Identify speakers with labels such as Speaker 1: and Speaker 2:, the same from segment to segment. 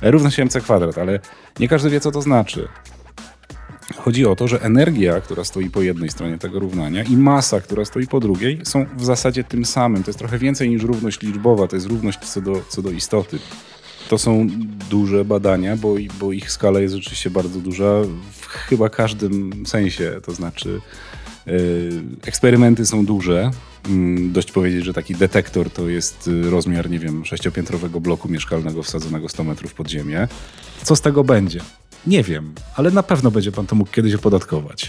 Speaker 1: równa się mc kwadrat, ale nie każdy wie, co to znaczy. Chodzi o to, że energia, która stoi po jednej stronie tego równania i masa, która stoi po drugiej, są w zasadzie tym samym. To jest trochę więcej niż równość liczbowa, to jest równość co do istoty. To są duże badania, bo ich skala jest rzeczywiście bardzo duża w chyba każdym sensie. To znaczy eksperymenty są duże. Dość powiedzieć, że taki detektor to jest rozmiar, nie wiem, 6-piętrowego bloku mieszkalnego wsadzonego 100 metrów pod ziemię. Co z tego będzie? Nie wiem, ale na pewno będzie pan to mógł kiedyś opodatkować.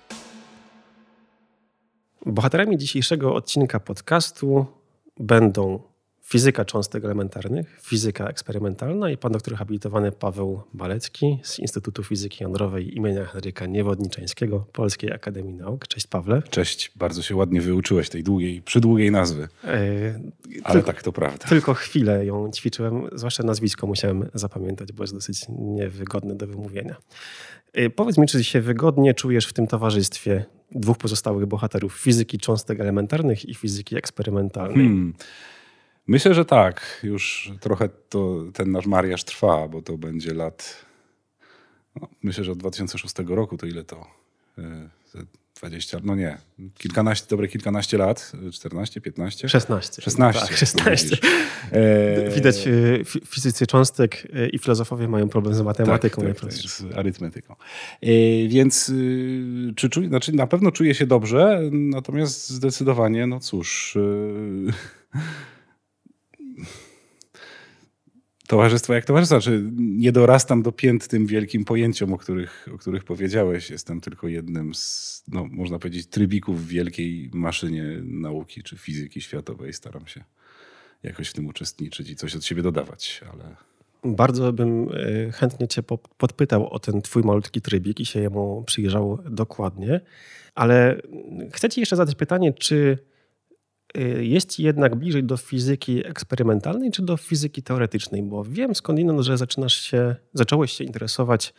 Speaker 2: Bohaterami dzisiejszego odcinka podcastu będą fizyka cząstek elementarnych, fizyka eksperymentalna i pan doktor habilitowany Paweł Balecki z Instytutu Fizyki Jądrowej imienia Henryka Niewodniczeńskiego Polskiej Akademii Nauk. Cześć, Pawle.
Speaker 1: Cześć, bardzo się ładnie wyuczyłeś tej przydługiej nazwy. Ale tak to prawda.
Speaker 2: Tylko chwilę ją ćwiczyłem, zwłaszcza nazwisko musiałem zapamiętać, bo jest dosyć niewygodne do wymówienia. Powiedz mi, czy się wygodnie czujesz w tym towarzystwie dwóch pozostałych bohaterów fizyki cząstek elementarnych i fizyki eksperymentalnej?
Speaker 1: Myślę, że tak. Już trochę ten nasz mariaż trwa, bo to będzie lat... No, myślę, że od 2006 roku to ile to? 20, no nie, kilkanaście lat, 14, 15?
Speaker 2: 16.
Speaker 1: 16.
Speaker 2: Tak, 16. Widać, fizycy cząstek i filozofowie mają problem z matematyką.
Speaker 1: Tak, z arytmetyką. Więc znaczy na pewno czuję się dobrze, natomiast zdecydowanie, no cóż... Towarzystwo jak towarzystwo. Znaczy, nie dorastam do pięt tym wielkim pojęciom, o których powiedziałeś. Jestem tylko jednym z, no, można powiedzieć, trybików w wielkiej maszynie nauki czy fizyki światowej. Staram się jakoś w tym uczestniczyć i coś od siebie dodawać, ale...
Speaker 2: Bardzo bym chętnie cię podpytał o ten twój malutki trybik i się jemu przyjrzał dokładnie. Ale chcę ci jeszcze zadać pytanie, czy jest ci jednak bliżej do fizyki eksperymentalnej czy do fizyki teoretycznej? Bo wiem skądinąd, że zacząłeś się interesować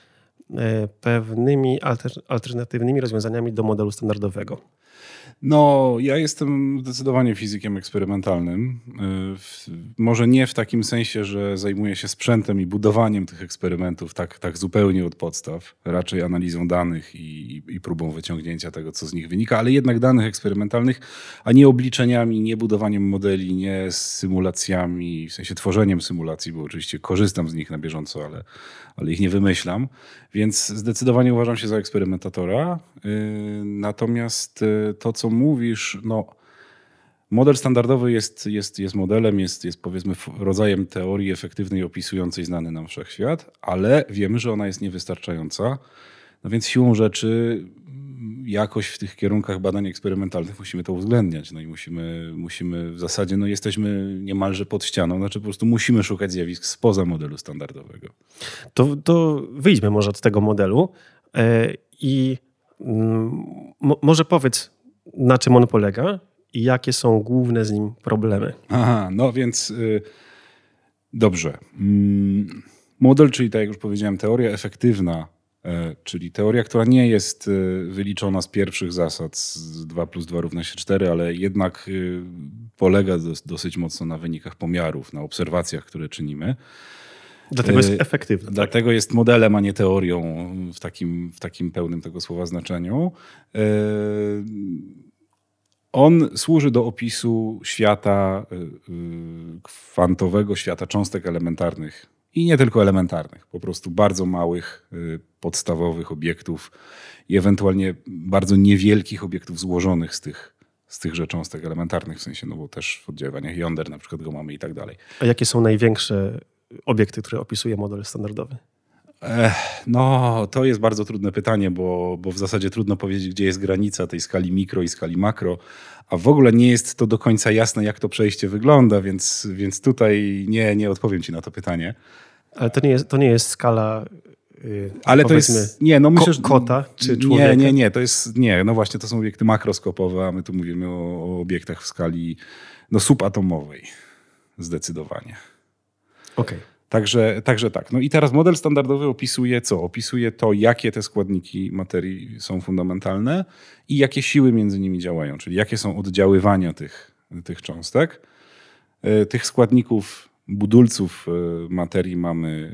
Speaker 2: pewnymi alternatywnymi rozwiązaniami do modelu standardowego.
Speaker 1: No, ja jestem zdecydowanie fizykiem eksperymentalnym. Może nie w takim sensie, że zajmuję się sprzętem i budowaniem tych eksperymentów tak zupełnie od podstaw. Raczej analizą danych i próbą wyciągnięcia tego, co z nich wynika, ale jednak danych eksperymentalnych, a nie obliczeniami, nie budowaniem modeli, nie symulacjami, w sensie tworzeniem symulacji, bo oczywiście korzystam z nich na bieżąco, ale ich nie wymyślam. Więc zdecydowanie uważam się za eksperymentatora. Natomiast to, co mówisz, no, model standardowy jest modelem, jest powiedzmy rodzajem teorii efektywnej opisującej znany nam wszechświat, ale wiemy, że ona jest niewystarczająca. No więc siłą rzeczy jakoś w tych kierunkach badań eksperymentalnych musimy to uwzględniać. No i musimy w zasadzie, no jesteśmy niemalże pod ścianą, znaczy po prostu musimy szukać zjawisk spoza modelu standardowego.
Speaker 2: To wyjdźmy może od tego modelu i może powiedz, na czym on polega i jakie są główne z nim problemy.
Speaker 1: Aha, no więc dobrze. Model, czyli tak jak już powiedziałem, teoria efektywna, czyli teoria, która nie jest wyliczona z pierwszych zasad z 2 + 2 równa się 4, ale jednak polega dosyć mocno na wynikach pomiarów, na obserwacjach, które czynimy.
Speaker 2: Dlatego jest efektywny.
Speaker 1: Dlatego jest modelem, a nie teorią w takim pełnym tego słowa znaczeniu. On służy do opisu świata kwantowego, świata cząstek elementarnych i nie tylko elementarnych, po prostu bardzo małych, podstawowych obiektów i ewentualnie bardzo niewielkich obiektów złożonych z tychże cząstek elementarnych, w sensie, no bo też w oddziaływaniach jąder na przykład go mamy i tak dalej.
Speaker 2: A jakie są największe obiekty, które opisuje model standardowy?
Speaker 1: No, to jest bardzo trudne pytanie, bo w zasadzie trudno powiedzieć, gdzie jest granica tej skali mikro i skali makro, a w ogóle nie jest to do końca jasne, jak to przejście wygląda, więc tutaj nie odpowiem ci na to pytanie.
Speaker 2: Ale to nie jest skala,
Speaker 1: ale to jest, nie, no myślę,
Speaker 2: kota czy człowieka?
Speaker 1: Nie, to jest, no właśnie, to są obiekty makroskopowe, a my tu mówimy o obiektach w skali subatomowej, zdecydowanie.
Speaker 2: Okej.
Speaker 1: Także tak. No i teraz model standardowy opisuje co? Opisuje to, jakie te składniki materii są fundamentalne i jakie siły między nimi działają, czyli jakie są oddziaływania tych cząstek. Tych składników, budulców materii mamy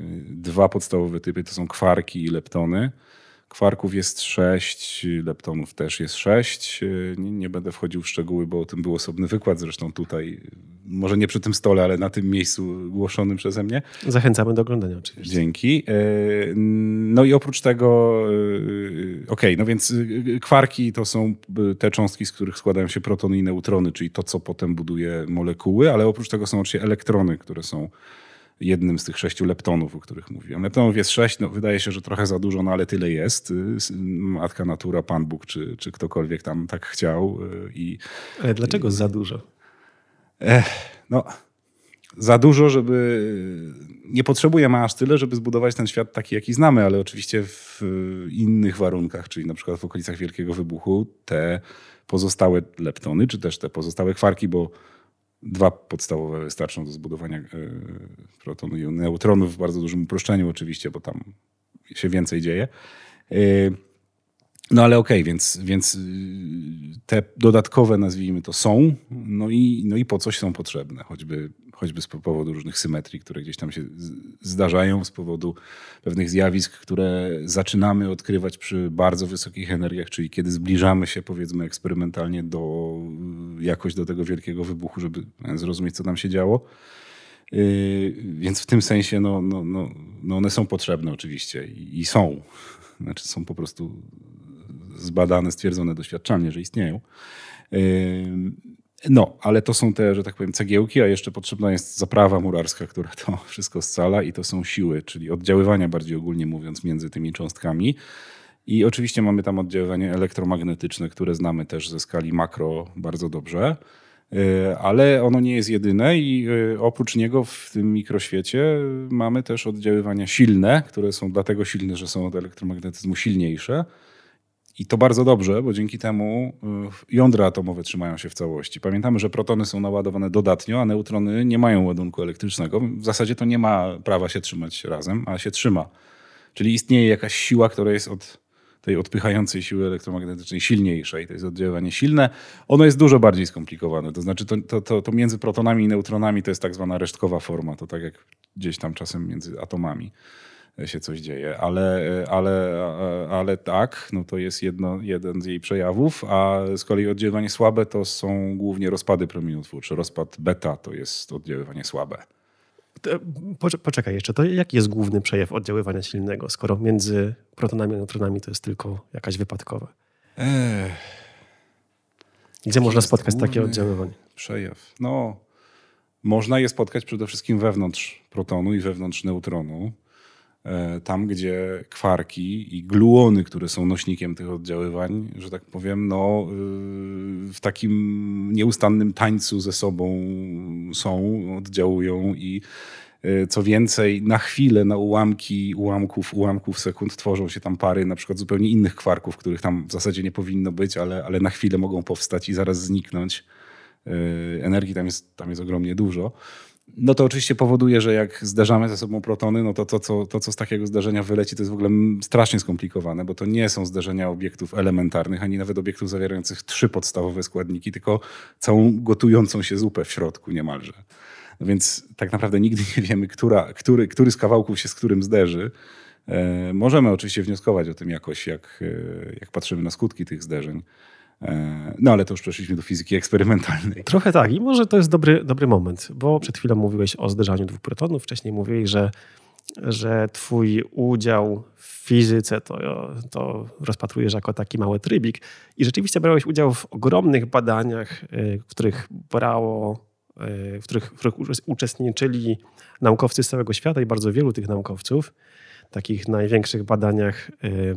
Speaker 1: 2 podstawowe typy, to są kwarki i leptony. Kwarków jest 6, leptonów też jest 6. Nie będę wchodził w szczegóły, bo o tym był osobny wykład, zresztą tutaj, może nie przy tym stole, ale na tym miejscu głoszonym przeze mnie.
Speaker 2: Zachęcamy do oglądania oczywiście.
Speaker 1: Dzięki. No i oprócz tego, no więc kwarki to są te cząstki, z których składają się protony i neutrony, czyli to, co potem buduje molekuły, ale oprócz tego są oczywiście elektrony, które są jednym z tych 6 leptonów, o których mówiłem. Leptonów jest 6, no wydaje się, że trochę za dużo, no ale tyle jest. Matka natura, Pan Bóg, czy ktokolwiek tam tak chciał.
Speaker 2: Ale dlaczego za dużo?
Speaker 1: No, za dużo, żeby... Nie potrzebujemy aż tyle, żeby zbudować ten świat taki, jaki znamy, ale oczywiście w innych warunkach, czyli na przykład w okolicach Wielkiego Wybuchu, te pozostałe leptony, czy też te pozostałe kwarki, bo 2 podstawowe wystarczą do zbudowania protonu i neutronów w bardzo dużym uproszczeniu oczywiście, bo tam się więcej dzieje. No ale okej, więc te dodatkowe, nazwijmy to, są, no i po coś są potrzebne, choćby z powodu różnych symetrii, które gdzieś tam się zdarzają, z powodu pewnych zjawisk, które zaczynamy odkrywać przy bardzo wysokich energiach, czyli kiedy zbliżamy się, powiedzmy, eksperymentalnie jakoś do tego wielkiego wybuchu, żeby zrozumieć, co tam się działo. Więc w tym sensie no one są potrzebne oczywiście i są. Znaczy są po prostu zbadane, stwierdzone doświadczalnie, że istnieją. No, ale to są te, że tak powiem, cegiełki, a jeszcze potrzebna jest zaprawa murarska, która to wszystko scala i to są siły, czyli oddziaływania, bardziej ogólnie mówiąc, między tymi cząstkami. I oczywiście mamy tam oddziaływanie elektromagnetyczne, które znamy też ze skali makro bardzo dobrze, ale ono nie jest jedyne i oprócz niego w tym mikroświecie mamy też oddziaływania silne, które są dlatego silne, że są od elektromagnetyzmu silniejsze. I to bardzo dobrze, bo dzięki temu jądra atomowe trzymają się w całości. Pamiętamy, że protony są naładowane dodatnio, a neutrony nie mają ładunku elektrycznego. W zasadzie to nie ma prawa się trzymać razem, a się trzyma. Czyli istnieje jakaś siła, która jest od tej odpychającej siły elektromagnetycznej silniejsza i to jest oddziaływanie silne. Ono jest dużo bardziej skomplikowane. To znaczy to między protonami i neutronami to jest tak zwana resztkowa forma. To tak jak gdzieś tam czasem między atomami się coś dzieje, ale tak, no to jest jeden z jej przejawów, a z kolei oddziaływanie słabe to są głównie rozpady promieniotwórcze. Rozpad beta to jest oddziaływanie słabe.
Speaker 2: Poczekaj jeszcze, to jaki jest główny przejaw oddziaływania silnego, skoro między protonami a neutronami to jest tylko jakaś wypadkowa? Gdzie można spotkać takie oddziaływanie?
Speaker 1: Przejaw. No, można je spotkać przede wszystkim wewnątrz protonu i wewnątrz neutronu. Tam, gdzie kwarki i gluony, które są nośnikiem tych oddziaływań, że tak powiem, no, w takim nieustannym tańcu ze sobą są, oddziałują i co więcej, na chwilę, na ułamków sekund tworzą się tam pary na przykład zupełnie innych kwarków, których tam w zasadzie nie powinno być, ale na chwilę mogą powstać i zaraz zniknąć. Energii tam jest ogromnie dużo. No to oczywiście powoduje, że jak zderzamy ze sobą protony, no to co z takiego zdarzenia wyleci, to jest w ogóle strasznie skomplikowane, bo to nie są zderzenia obiektów elementarnych, ani nawet obiektów zawierających 3 podstawowe składniki, tylko całą gotującą się zupę w środku niemalże. No więc tak naprawdę nigdy nie wiemy, który z kawałków się z którym zderzy. Możemy oczywiście wnioskować o tym jakoś, jak patrzymy na skutki tych zderzeń. No ale to już przeszliśmy do fizyki eksperymentalnej.
Speaker 2: Trochę tak i może to jest dobry moment, bo przed chwilą mówiłeś o zderzaniu 2 protonów, wcześniej mówiłeś, że twój udział w fizyce to rozpatrujesz jako taki mały trybik i rzeczywiście brałeś udział w ogromnych badaniach, w których uczestniczyli naukowcy z całego świata i bardzo wielu tych naukowców, takich największych badaniach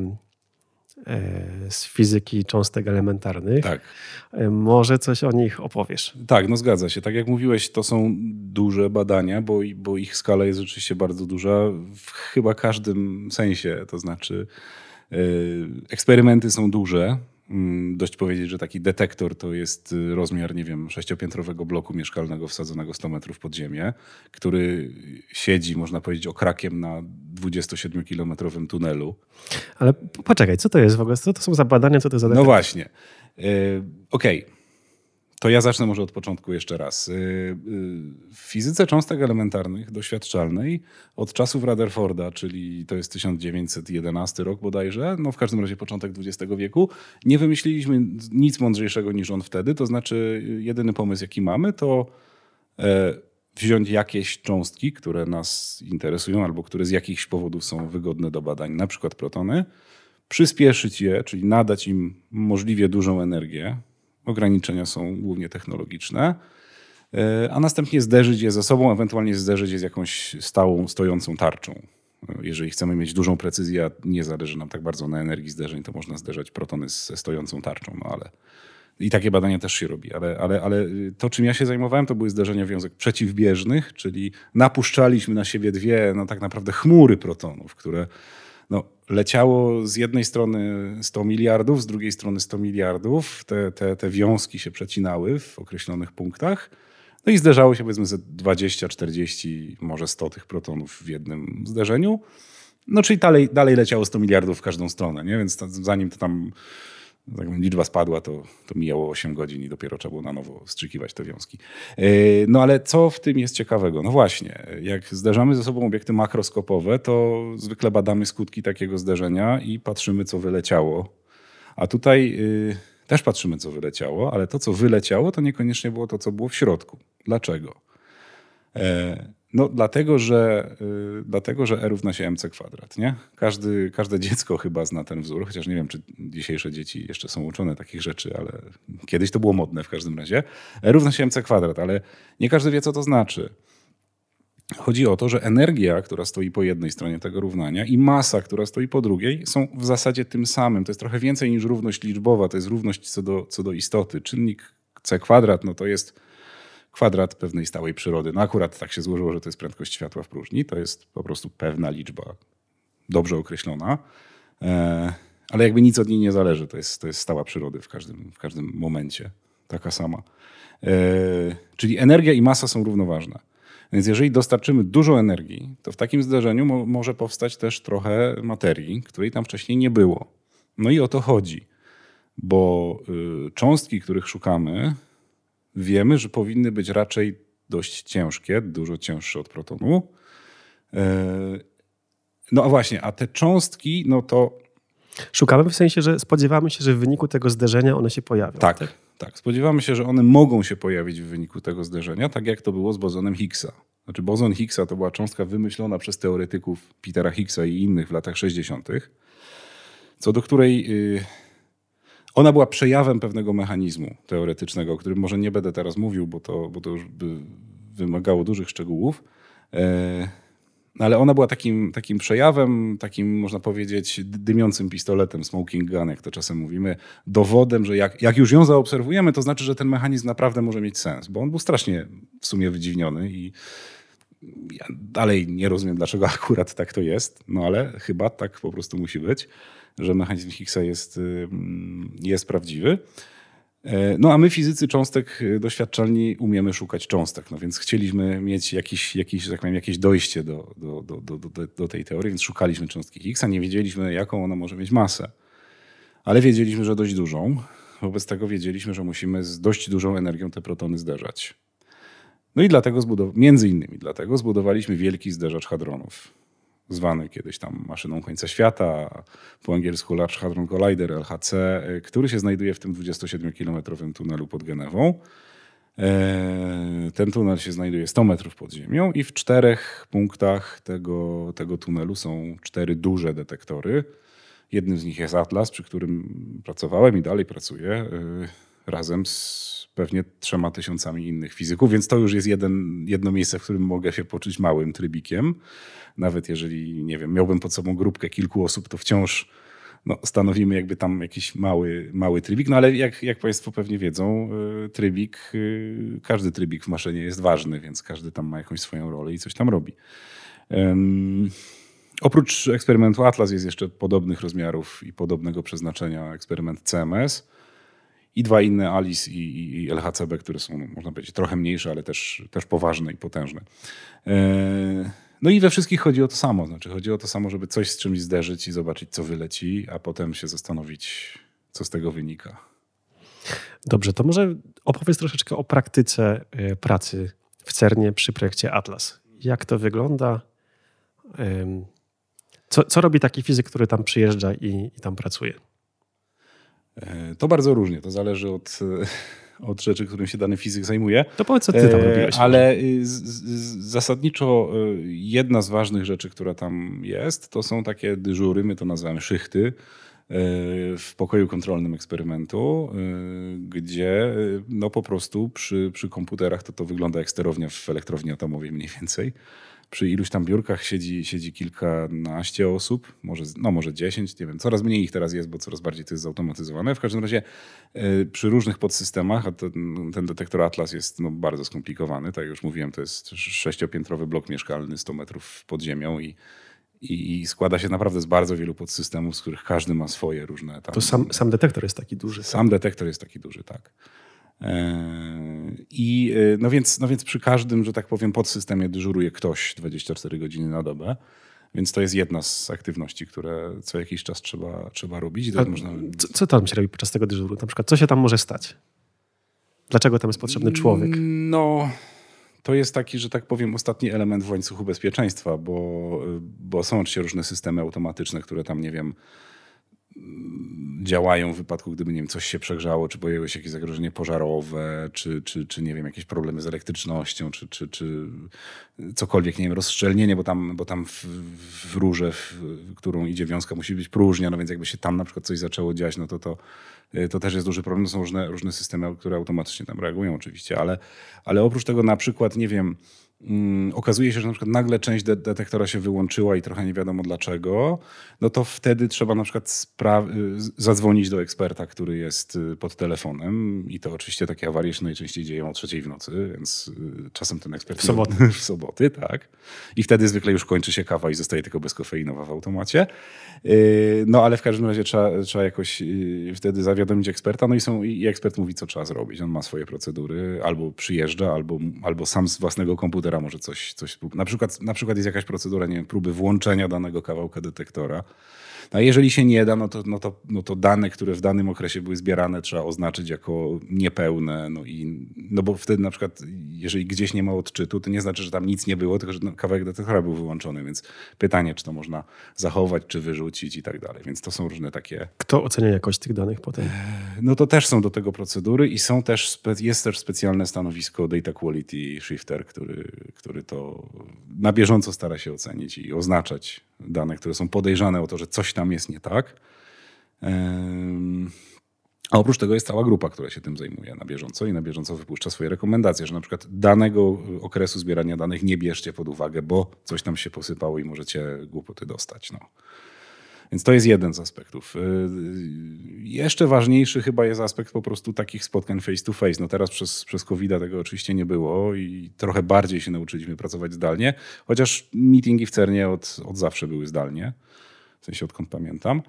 Speaker 2: z fizyki cząstek elementarnych.
Speaker 1: Tak.
Speaker 2: Może coś o nich opowiesz?
Speaker 1: Tak, no zgadza się. Tak jak mówiłeś, to są duże badania, bo ich skala jest rzeczywiście bardzo duża w chyba każdym sensie. To znaczy eksperymenty są duże. Dość powiedzieć, że taki detektor to jest rozmiar, nie wiem, 6-piętrowego bloku mieszkalnego wsadzonego 100 metrów pod ziemię, który siedzi, można powiedzieć, okrakiem na 27-kilometrowym tunelu.
Speaker 2: Ale poczekaj, co to jest w ogóle? Co to są za badania? Co to za detektor?
Speaker 1: No właśnie. Okej. To ja zacznę może od początku jeszcze raz. W fizyce cząstek elementarnych doświadczalnej od czasów Rutherforda, czyli to jest 1911 rok bodajże, no w każdym razie początek XX wieku, nie wymyśliliśmy nic mądrzejszego niż on wtedy. To znaczy jedyny pomysł jaki mamy to wziąć jakieś cząstki, które nas interesują albo które z jakichś powodów są wygodne do badań, na przykład protony, przyspieszyć je, czyli nadać im możliwie dużą energię. Ograniczenia są głównie technologiczne, a następnie zderzyć je ze sobą, ewentualnie zderzyć je z jakąś stałą, stojącą tarczą. Jeżeli chcemy mieć dużą precyzję, a nie zależy nam tak bardzo na energii zderzeń, to można zderzać protony ze stojącą tarczą. No ale i takie badania też się robi. Ale to, czym ja się zajmowałem, to były zderzenia wiązek przeciwbieżnych, czyli napuszczaliśmy na siebie dwie tak naprawdę chmury protonów, które leciało z jednej strony 100 miliardów, z drugiej strony 100 miliardów. Te wiązki się przecinały w określonych punktach. No i zderzało się powiedzmy ze 20, 40, może 100 tych protonów w jednym zderzeniu. No czyli dalej leciało 100 miliardów w każdą stronę, nie? Więc zanim to tam liczba spadła, to mijało 8 godzin i dopiero trzeba było na nowo strzykiwać te wiązki. No ale co w tym jest ciekawego? No właśnie, jak zderzamy ze sobą obiekty makroskopowe, to zwykle badamy skutki takiego zderzenia i patrzymy, co wyleciało. A tutaj też patrzymy, co wyleciało, ale to, co wyleciało, to niekoniecznie było to, co było w środku. Dlaczego? No dlatego, że E równa się mc kwadrat, nie? Każde dziecko chyba zna ten wzór, chociaż nie wiem, czy dzisiejsze dzieci jeszcze są uczone takich rzeczy, ale kiedyś to było modne w każdym razie. E równa się mc kwadrat, ale nie każdy wie, co to znaczy. Chodzi o to, że energia, która stoi po jednej stronie tego równania i masa, która stoi po drugiej, są w zasadzie tym samym. To jest trochę więcej niż równość liczbowa, to jest równość co do istoty. Czynnik c kwadrat, no to jest kwadrat pewnej stałej przyrody. No akurat tak się złożyło, że to jest prędkość światła w próżni. To jest po prostu pewna liczba, dobrze określona, ale jakby nic od niej nie zależy. To jest stała przyrody w każdym momencie. Taka sama. Czyli energia i masa są równoważne. Więc jeżeli dostarczymy dużo energii, to w takim zderzeniu może powstać też trochę materii, której tam wcześniej nie było. No i o to chodzi, bo cząstki, których szukamy, wiemy, że powinny być raczej dość ciężkie, dużo cięższe od protonu. No a właśnie, a te cząstki, no to...
Speaker 2: Szukamy w sensie, że spodziewamy się, że w wyniku tego zderzenia one się pojawią.
Speaker 1: Tak. Spodziewamy się, że one mogą się pojawić w wyniku tego zderzenia, tak jak to było z bozonem Higgsa. Znaczy bozon Higgsa to była cząstka wymyślona przez teoretyków Petera Higgsa i innych w latach 60., co do której... Ona była przejawem pewnego mechanizmu teoretycznego, o którym może nie będę teraz mówił, bo to już by wymagało dużych szczegółów. Ale ona była takim przejawem, takim można powiedzieć dymiącym pistoletem, smoking gun, jak to czasem mówimy, dowodem, że jak już ją zaobserwujemy, to znaczy, że ten mechanizm naprawdę może mieć sens, bo on był strasznie w sumie wydziwniony i ja dalej nie rozumiem, dlaczego akurat tak to jest, no ale chyba tak po prostu musi być, że mechanizm Higgsa jest prawdziwy. No a my fizycy cząstek doświadczalni umiemy szukać cząstek, no więc chcieliśmy mieć jakieś dojście do tej teorii, więc szukaliśmy cząstki Higgsa, nie wiedzieliśmy jaką ona może mieć masę, ale wiedzieliśmy, że dość dużą. Wobec tego wiedzieliśmy, że musimy z dość dużą energią te protony zderzać. No i między innymi dlatego zbudowaliśmy wielki zderzacz hadronów, zwany kiedyś tam maszyną końca świata, po angielsku Large Hadron Collider, LHC, który się znajduje w tym 27-kilometrowym tunelu pod Genewą. Ten tunel się znajduje 100 metrów pod ziemią i w 4 punktach tego tunelu są 4 duże detektory. Jednym z nich jest Atlas, przy którym pracowałem i dalej pracuję, razem z pewnie 3000 innych fizyków, więc to już jest jedno miejsce, w którym mogę się poczuć małym trybikiem. Nawet jeżeli, nie wiem, miałbym pod sobą grupkę kilku osób, to wciąż stanowimy jakby tam jakiś mały trybik. No ale jak Państwo pewnie wiedzą, każdy trybik w maszynie jest ważny, więc każdy tam ma jakąś swoją rolę i coś tam robi. Oprócz eksperymentu Atlas jest jeszcze podobnych rozmiarów i podobnego przeznaczenia eksperyment CMS i 2 inne, ALICE i LHCb, które są, można powiedzieć, trochę mniejsze, ale też poważne i potężne. No i we wszystkich chodzi o to samo. Znaczy chodzi o to samo, żeby coś z czymś zderzyć i zobaczyć, co wyleci, a potem się zastanowić, co z tego wynika.
Speaker 2: Dobrze, to może opowiedz troszeczkę o praktyce pracy w CERN-ie przy projekcie Atlas. Jak to wygląda? Co robi taki fizyk, który tam przyjeżdża i tam pracuje?
Speaker 1: To bardzo różnie. To zależy od rzeczy, którym się dany fizyk zajmuje.
Speaker 2: To powiedz, co ty tam robiłeś.
Speaker 1: Ale zasadniczo jedna z ważnych rzeczy, która tam jest, to są takie dyżury, my to nazywamy szychty, w pokoju kontrolnym eksperymentu, gdzie no po prostu przy komputerach to wygląda jak sterownia w elektrowni atomowej mniej więcej. Przy iluś tam biurkach siedzi kilkanaście osób, może 10, nie wiem. Coraz mniej ich teraz jest, bo coraz bardziej to jest zautomatyzowane. W każdym razie przy różnych podsystemach, a ten detektor Atlas jest bardzo skomplikowany. Tak jak już mówiłem, to jest 6-piętrowy blok mieszkalny, 100 metrów pod ziemią i składa się naprawdę z bardzo wielu podsystemów, z których każdy ma swoje różne... Tam,
Speaker 2: to sam detektor jest taki duży.
Speaker 1: Sam detektor jest taki duży, tak. No więc przy każdym, że tak powiem, podsystemie dyżuruje ktoś 24 godziny na dobę. Więc to jest jedna z aktywności, które co jakiś czas trzeba robić.
Speaker 2: Co tam się robi podczas tego dyżuru? Na przykład, co się tam może stać? Dlaczego tam jest potrzebny człowiek?
Speaker 1: No, to jest taki, że tak powiem, ostatni element w łańcuchu bezpieczeństwa, bo są oczywiście różne systemy automatyczne, które tam, nie wiem, działają w wypadku, gdyby, nie wiem, coś się przegrzało, czy pojawiło się jakieś zagrożenie pożarowe, czy nie wiem, jakieś problemy z elektrycznością, czy cokolwiek, nie wiem, rozszczelnienie, bo tam w rurze, w którą idzie wiązka, musi być próżnia, no więc jakby się tam na przykład coś zaczęło dziać, no to też jest duży problem. To są różne systemy, które automatycznie tam reagują oczywiście, ale oprócz tego na przykład, nie wiem, okazuje się, że na przykład nagle część detektora się wyłączyła i trochę nie wiadomo dlaczego, no to wtedy trzeba na przykład zadzwonić do eksperta, który jest pod telefonem i to oczywiście takie awarie się najczęściej dzieją o 3:00 w nocy, więc czasem ten ekspert... W soboty, tak. I wtedy zwykle już kończy się kawa i zostaje tylko bezkofeinowa w automacie. No ale w każdym razie trzeba jakoś wtedy zawiadomić eksperta, no i ekspert mówi, co trzeba zrobić. On ma swoje procedury, albo przyjeżdża, albo sam z własnego komputera może coś na przykład jest jakaś procedura, nie wiem, próby włączenia danego kawałka detektora. No a jeżeli się nie da, no to dane, które w danym okresie były zbierane, trzeba oznaczyć jako niepełne. No bo wtedy na przykład, jeżeli gdzieś nie ma odczytu, to nie znaczy, że tam nic nie było, tylko że kawałek detektora był wyłączony. Więc pytanie, czy to można zachować, czy wyrzucić i tak dalej. Więc to są różne takie...
Speaker 2: Kto ocenia jakość tych danych potem?
Speaker 1: No to też są do tego procedury i jest też specjalne stanowisko Data Quality Shifter, który to na bieżąco stara się ocenić i oznaczać dane, które są podejrzane o to, że coś tam jest nie tak. A oprócz tego jest cała grupa, która się tym zajmuje na bieżąco i na bieżąco wypuszcza swoje rekomendacje, że na przykład danego okresu zbierania danych nie bierzcie pod uwagę, bo coś tam się posypało i możecie głupoty dostać. No. Więc to jest jeden z aspektów. Jeszcze ważniejszy chyba jest aspekt po prostu takich spotkań face to face. No teraz przez COVID-a tego oczywiście nie było i trochę bardziej się nauczyliśmy pracować zdalnie, chociaż meetingi w CERN-ie od zawsze były zdalnie, w sensie odkąd pamiętam.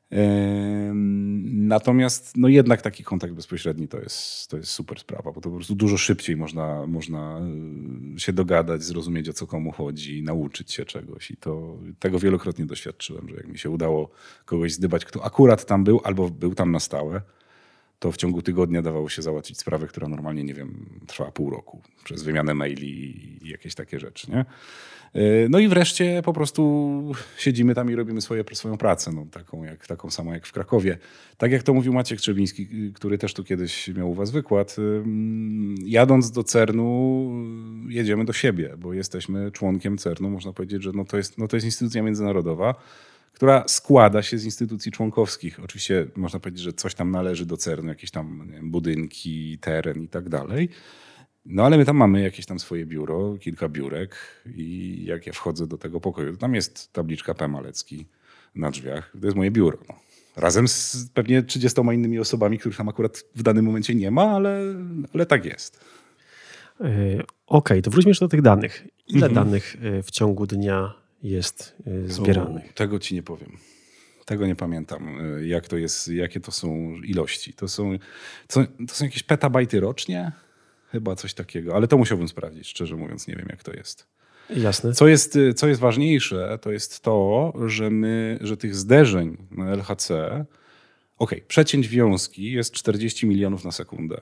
Speaker 1: Natomiast no jednak taki kontakt bezpośredni to jest super sprawa, bo to po prostu dużo szybciej można się dogadać, zrozumieć, o co komu chodzi, nauczyć się czegoś i tego wielokrotnie doświadczyłem, że jak mi się udało kogoś zdybać, kto akurat tam był albo był tam na stałe, to w ciągu tygodnia dawało się załatwić sprawę, która normalnie, nie wiem, trwała pół roku przez wymianę maili i jakieś takie rzeczy, nie? No i wreszcie po prostu siedzimy tam i robimy swoją pracę, no, taką samą jak w Krakowie. Tak jak to mówił Maciek Trzebiński, który też tu kiedyś miał u was wykład. Jadąc do CERN-u jedziemy do siebie, bo jesteśmy członkiem CERN-u. Można powiedzieć, że to jest instytucja międzynarodowa, która składa się z instytucji członkowskich. Oczywiście można powiedzieć, że coś tam należy do CERN-u, jakieś tam, nie wiem, budynki, teren i tak dalej. No ale my tam mamy jakieś tam swoje biuro, kilka biurek i jak ja wchodzę do tego pokoju, to tam jest tabliczka P. Malecki na drzwiach. To jest moje biuro. No. Razem z pewnie 30 innymi osobami, których tam akurat w danym momencie nie ma, ale tak jest.
Speaker 2: Okej, to wróćmy jeszcze do tych danych. Ile danych w ciągu dnia jest zbieranych?
Speaker 1: Tego ci nie powiem. Tego nie pamiętam, jak to jest, jakie to są ilości. To są jakieś petabajty rocznie? Chyba coś takiego, ale to musiałbym sprawdzić, szczerze mówiąc, nie wiem jak to jest.
Speaker 2: Jasne.
Speaker 1: Co jest ważniejsze, to jest to, że tych zderzeń na LHC przecięć wiązki jest 40 milionów na sekundę,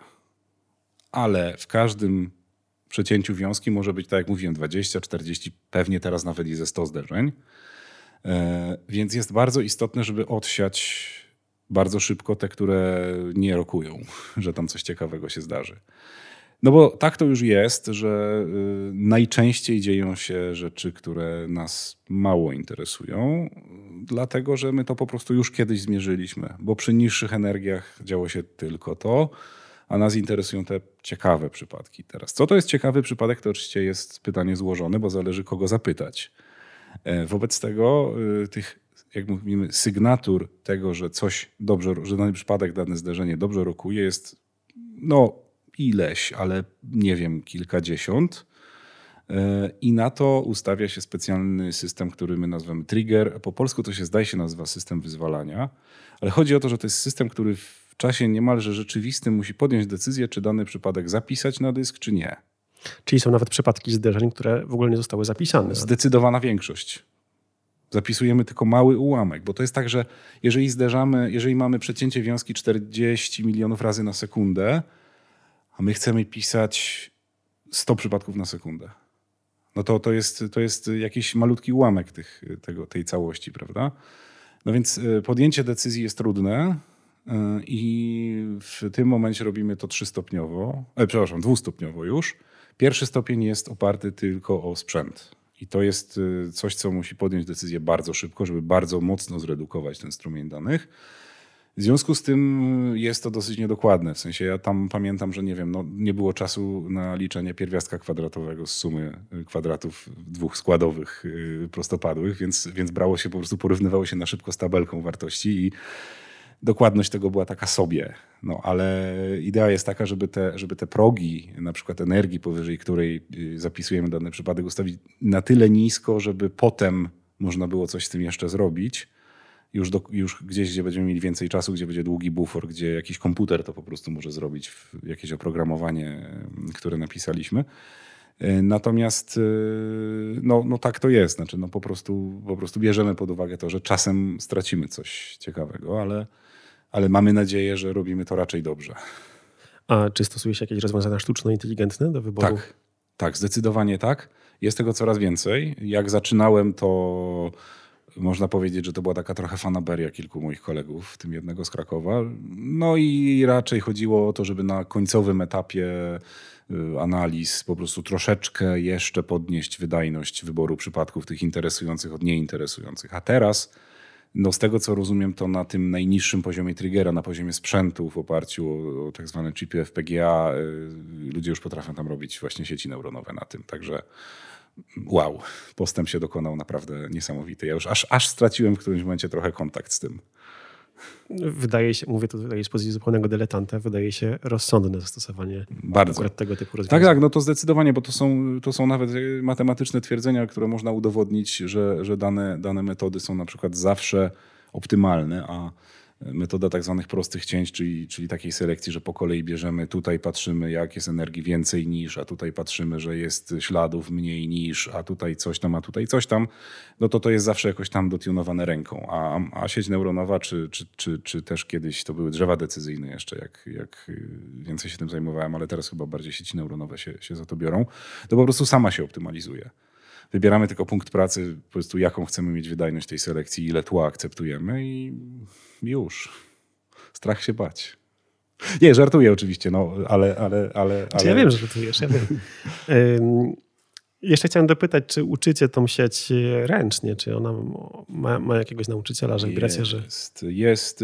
Speaker 1: ale w każdym przecięciu wiązki może być, tak jak mówiłem, 20, 40, pewnie teraz nawet i ze 100 zderzeń. Więc jest bardzo istotne, żeby odsiać bardzo szybko te, które nie rokują, że tam coś ciekawego się zdarzy. No bo tak to już jest, że najczęściej dzieją się rzeczy, które nas mało interesują, dlatego że my to po prostu już kiedyś zmierzyliśmy, bo przy niższych energiach działo się tylko to, a nas interesują te ciekawe przypadki teraz. Co to jest ciekawy przypadek, to oczywiście jest pytanie złożone, bo zależy kogo zapytać. Wobec tego tych, jak mówimy, sygnatur tego, że coś dobrze, że dany przypadek, dane zdarzenie dobrze rokuje jest ileś, ale nie wiem, kilkadziesiąt. I na to ustawia się specjalny system, który my nazywamy trigger. Po polsku to się zdaje się nazywa system wyzwalania, ale chodzi o to, że to jest system, który w czasie niemalże rzeczywistym musi podjąć decyzję, czy dany przypadek zapisać na dysk, czy nie.
Speaker 2: Czyli są nawet przypadki zderzeń, które w ogóle nie zostały zapisane.
Speaker 1: Zdecydowana większość. Zapisujemy tylko mały ułamek, bo to jest tak, że jeżeli mamy przecięcie wiązki 40 milionów razy na sekundę, a my chcemy pisać 100 przypadków na sekundę, no to jest jakiś malutki ułamek tej całości, prawda? No więc podjęcie decyzji jest trudne i w tym momencie robimy to 2stopniowo już. Pierwszy stopień jest oparty tylko o sprzęt. I to jest coś, co musi podjąć decyzję bardzo szybko, żeby bardzo mocno zredukować ten strumień danych. W związku z tym jest to dosyć niedokładne. W sensie ja tam pamiętam, że nie było czasu na liczenie pierwiastka kwadratowego z sumy kwadratów dwóch składowych prostopadłych, więc brało się, po prostu porównywało się na szybko z tabelką wartości i dokładność tego była taka sobie. No, ale idea jest taka, żeby te progi, na przykład energii, powyżej której zapisujemy dany przypadek, ustawić na tyle nisko, żeby potem można było coś z tym jeszcze zrobić. Już gdzieś, gdzie będziemy mieli więcej czasu, gdzie będzie długi bufor, gdzie jakiś komputer to po prostu może zrobić, jakieś oprogramowanie, które napisaliśmy. Natomiast tak to jest. Znaczy, po prostu bierzemy pod uwagę to, że czasem stracimy coś ciekawego, ale mamy nadzieję, że robimy to raczej dobrze.
Speaker 2: A czy stosuje się jakieś rozwiązania sztuczno-inteligentne do wyboru?
Speaker 1: Tak, zdecydowanie tak. Jest tego coraz więcej. Jak zaczynałem, to można powiedzieć, że to była taka trochę fanaberia kilku moich kolegów, w tym jednego z Krakowa. No i raczej chodziło o to, żeby na końcowym etapie analiz po prostu troszeczkę jeszcze podnieść wydajność wyboru przypadków tych interesujących od nieinteresujących. A teraz, z tego co rozumiem, to na tym najniższym poziomie triggera, na poziomie sprzętu w oparciu o tak zwane chipy FPGA, ludzie już potrafią tam robić właśnie sieci neuronowe na tym. Także wow, postęp się dokonał naprawdę niesamowity. Ja już aż straciłem w którymś momencie trochę kontakt z tym.
Speaker 2: Wydaje się, mówię to tutaj z pozycji zupełnego dyletanta, wydaje się rozsądne zastosowanie akurat tego typu rozwiązań.
Speaker 1: Tak, to zdecydowanie, bo to są nawet matematyczne twierdzenia, które można udowodnić, że dane metody są na przykład zawsze optymalne, a metoda tak zwanych prostych cięć, czyli takiej selekcji, że po kolei bierzemy, tutaj patrzymy, jak jest energii więcej niż, a tutaj patrzymy, że jest śladów mniej niż, a tutaj coś tam, a tutaj coś tam, no to jest zawsze jakoś tam dotunowane ręką. A sieć neuronowa, czy też kiedyś to były drzewa decyzyjne jeszcze, jak więcej się tym zajmowałem, ale teraz chyba bardziej sieci neuronowe się za to biorą, to po prostu sama się optymalizuje. Wybieramy tylko punkt pracy, po prostu jaką chcemy mieć wydajność tej selekcji, ile tła akceptujemy i już. Strach się bać. Nie, żartuję oczywiście, ale...
Speaker 2: Ja wiem, że żartujesz. Ja wiem. Jeszcze chciałem dopytać, czy uczycie tą sieć ręcznie? Czy ona ma jakiegoś nauczyciela, że wybieracie, że...
Speaker 1: Jest.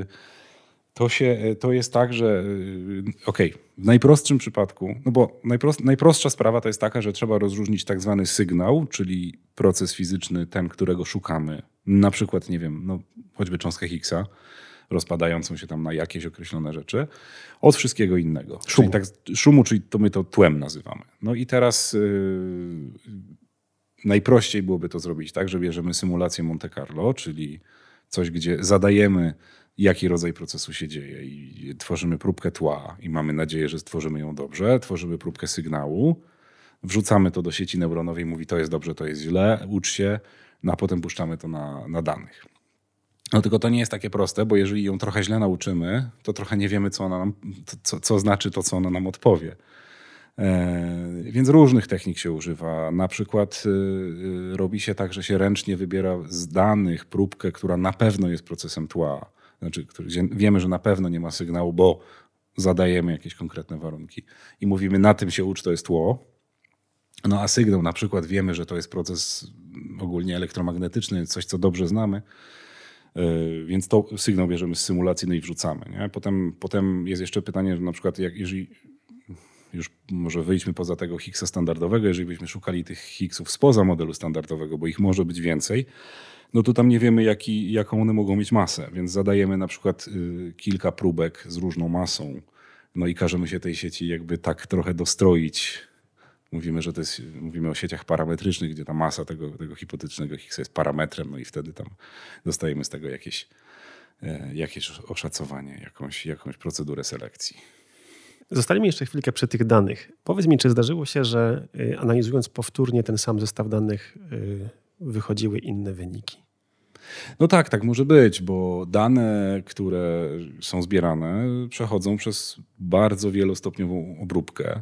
Speaker 1: To jest tak, że w najprostszym przypadku, bo najprostsza sprawa to jest taka, że trzeba rozróżnić tak zwany sygnał, czyli proces fizyczny, ten, którego szukamy. Na przykład, choćby cząstkę Higgsa, rozpadającą się tam na jakieś określone rzeczy, od wszystkiego innego. Szumu, czyli to my to tłem nazywamy. No i teraz najprościej byłoby to zrobić tak, że bierzemy symulację Monte Carlo, czyli coś, gdzie zadajemy, jaki rodzaj procesu się dzieje i tworzymy próbkę tła i mamy nadzieję, że stworzymy ją dobrze, tworzymy próbkę sygnału, wrzucamy to do sieci neuronowej, mówi to jest dobrze, to jest źle, ucz się, a potem puszczamy to na danych. No tylko to nie jest takie proste, bo jeżeli ją trochę źle nauczymy, to trochę nie wiemy, co ona nam, co znaczy to, co ona nam odpowie. Więc różnych technik się używa. Na przykład robi się tak, że się ręcznie wybiera z danych próbkę, która na pewno jest procesem tła. Znaczy, gdzie wiemy, że na pewno nie ma sygnału, bo zadajemy jakieś konkretne warunki. I mówimy, na tym się ucz, to jest tło. No a sygnał na przykład wiemy, że to jest proces ogólnie elektromagnetyczny, coś, co dobrze znamy. Więc to sygnał bierzemy z symulacji, no i wrzucamy. Nie? Potem jest jeszcze pytanie, że na przykład jeżeli już może wyjdźmy poza tego Higgsa standardowego, jeżeli byśmy szukali tych Higgsów spoza modelu standardowego, bo ich może być więcej, no to tam nie wiemy, jaką one mogą mieć masę. Więc zadajemy na przykład kilka próbek z różną masą, no i każemy się tej sieci jakby tak trochę dostroić. Mówimy o sieciach parametrycznych, gdzie ta masa tego hipotetycznego Higgsa jest parametrem, no i wtedy tam dostajemy z tego jakieś oszacowanie, jakąś procedurę selekcji.
Speaker 2: Zostańmy jeszcze chwilkę przy tych danych. Powiedz mi, czy zdarzyło się, że analizując powtórnie ten sam zestaw danych wychodziły inne wyniki?
Speaker 1: No tak może być, bo dane, które są zbierane, przechodzą przez bardzo wielostopniową obróbkę.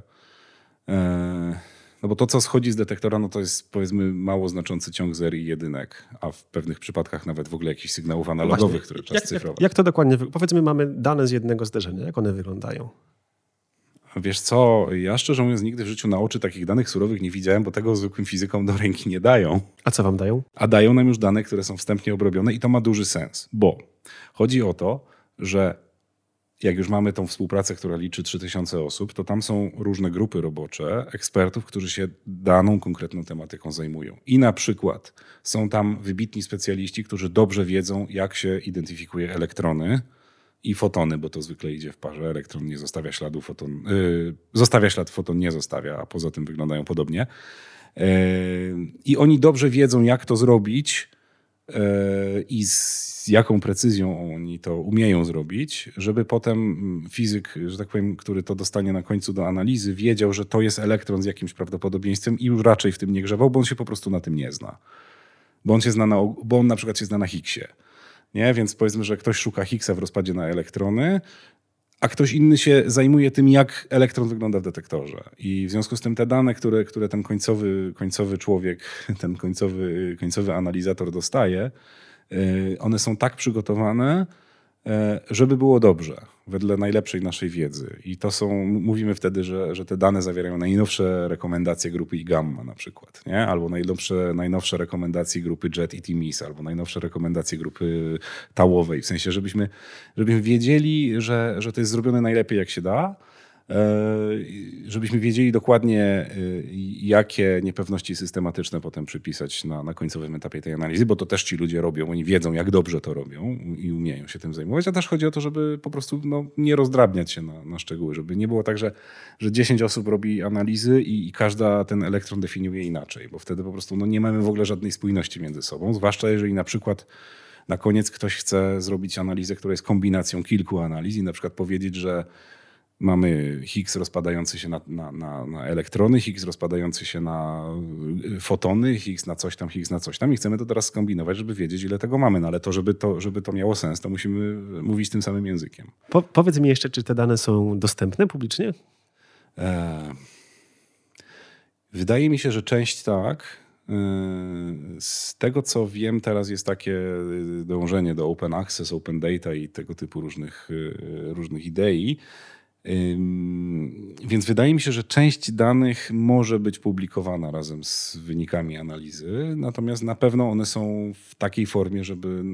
Speaker 1: No bo to, co schodzi z detektora, no to jest powiedzmy mało znaczący ciąg zer i jedynek, a w pewnych przypadkach nawet w ogóle jakichś sygnałów analogowych, właśnie, które trzeba scyfrować.
Speaker 2: Jak to dokładnie powiedzmy, mamy dane z jednego zderzenia. Jak one wyglądają?
Speaker 1: Wiesz co, ja szczerze mówiąc nigdy w życiu na oczy takich danych surowych nie widziałem, bo tego zwykłym fizykom do ręki nie dają.
Speaker 2: A co wam dają?
Speaker 1: A dają nam już dane, które są wstępnie obrobione i to ma duży sens, bo chodzi o to, że jak już mamy tą współpracę, która liczy 3000 osób, to tam są różne grupy robocze, ekspertów, którzy się daną konkretną tematyką zajmują. I na przykład są tam wybitni specjaliści, którzy dobrze wiedzą, jak się identyfikuje elektrony i fotony, bo to zwykle idzie w parze. Elektron nie zostawia śladu, zostawia ślad, foton nie zostawia, a poza tym wyglądają podobnie. I oni dobrze wiedzą, jak to zrobić i z jaką precyzją oni to umieją zrobić, żeby potem fizyk, że tak powiem, który to dostanie na końcu do analizy, wiedział, że to jest elektron z jakimś prawdopodobieństwem i już raczej w tym nie grzebał, bo on się po prostu na tym nie zna. Bo on na przykład się zna na Higgsie. Nie? Więc powiedzmy, że ktoś szuka Higgsa w rozpadzie na elektrony, a ktoś inny się zajmuje tym, jak elektron wygląda w detektorze. I w związku z tym te dane, które ten końcowy człowiek, ten końcowy analizator dostaje, one są tak przygotowane, żeby było dobrze, wedle najlepszej naszej wiedzy. I mówimy wtedy, że te dane zawierają najnowsze rekomendacje grupy IGAMMA na przykład, nie? Albo najnowsze rekomendacje grupy JET i TIMIS, albo najnowsze rekomendacje grupy tałowej. W sensie, żebyśmy wiedzieli, że to jest zrobione najlepiej jak się da, żebyśmy wiedzieli dokładnie, jakie niepewności systematyczne potem przypisać na końcowym etapie tej analizy, bo to też ci ludzie robią, oni wiedzą, jak dobrze to robią i umieją się tym zajmować, a też chodzi o to, żeby po prostu nie rozdrabniać się na szczegóły, żeby nie było tak, że 10 osób robi analizy i każda ten elektron definiuje inaczej, bo wtedy po prostu nie mamy w ogóle żadnej spójności między sobą, zwłaszcza jeżeli na przykład na koniec ktoś chce zrobić analizę, która jest kombinacją kilku analiz i na przykład powiedzieć, że mamy Higgs rozpadający się na elektrony, Higgs rozpadający się na fotony, Higgs na coś tam i chcemy to teraz skombinować, żeby wiedzieć, ile tego mamy. No ale żeby to miało sens, to musimy mówić tym samym językiem.
Speaker 2: Powiedz mi jeszcze, czy te dane są dostępne publicznie?
Speaker 1: Wydaje mi się, że część tak. Z tego, co wiem, teraz jest takie dążenie do open access, open data i tego typu różnych idei. Więc wydaje mi się, że część danych może być publikowana razem z wynikami analizy, natomiast na pewno one są w takiej formie, żeby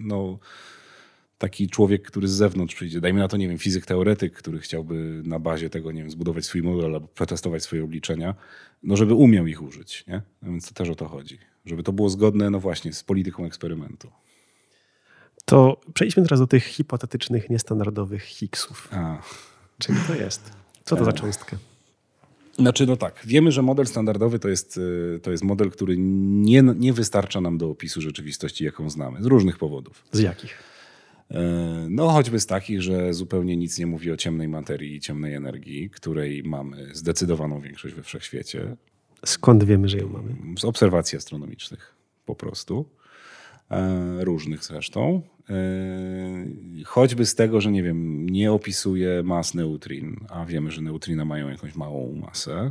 Speaker 1: taki człowiek, który z zewnątrz przyjdzie, dajmy na to, nie wiem, fizyk teoretyk, który chciałby na bazie tego, nie wiem, zbudować swój model albo przetestować swoje obliczenia, żeby umiał ich użyć, nie? No więc to też o to chodzi. Żeby to było zgodne, właśnie z polityką eksperymentu.
Speaker 2: To przejdźmy teraz do tych hipotetycznych, niestandardowych Higgsów. Czym to jest? Co to za cząstka?
Speaker 1: Znaczy, tak. Wiemy, że model standardowy to jest model, który nie wystarcza nam do opisu rzeczywistości, jaką znamy. Z różnych powodów.
Speaker 2: Z jakich?
Speaker 1: Choćby z takich, że zupełnie nic nie mówi o ciemnej materii i ciemnej energii, której mamy zdecydowaną większość we wszechświecie.
Speaker 2: Skąd wiemy, że ją mamy?
Speaker 1: Z obserwacji astronomicznych po prostu. różnych zresztą. Choćby z tego, że nie wiem, nie opisuje mas neutrin, a wiemy, że neutrina mają jakąś małą masę.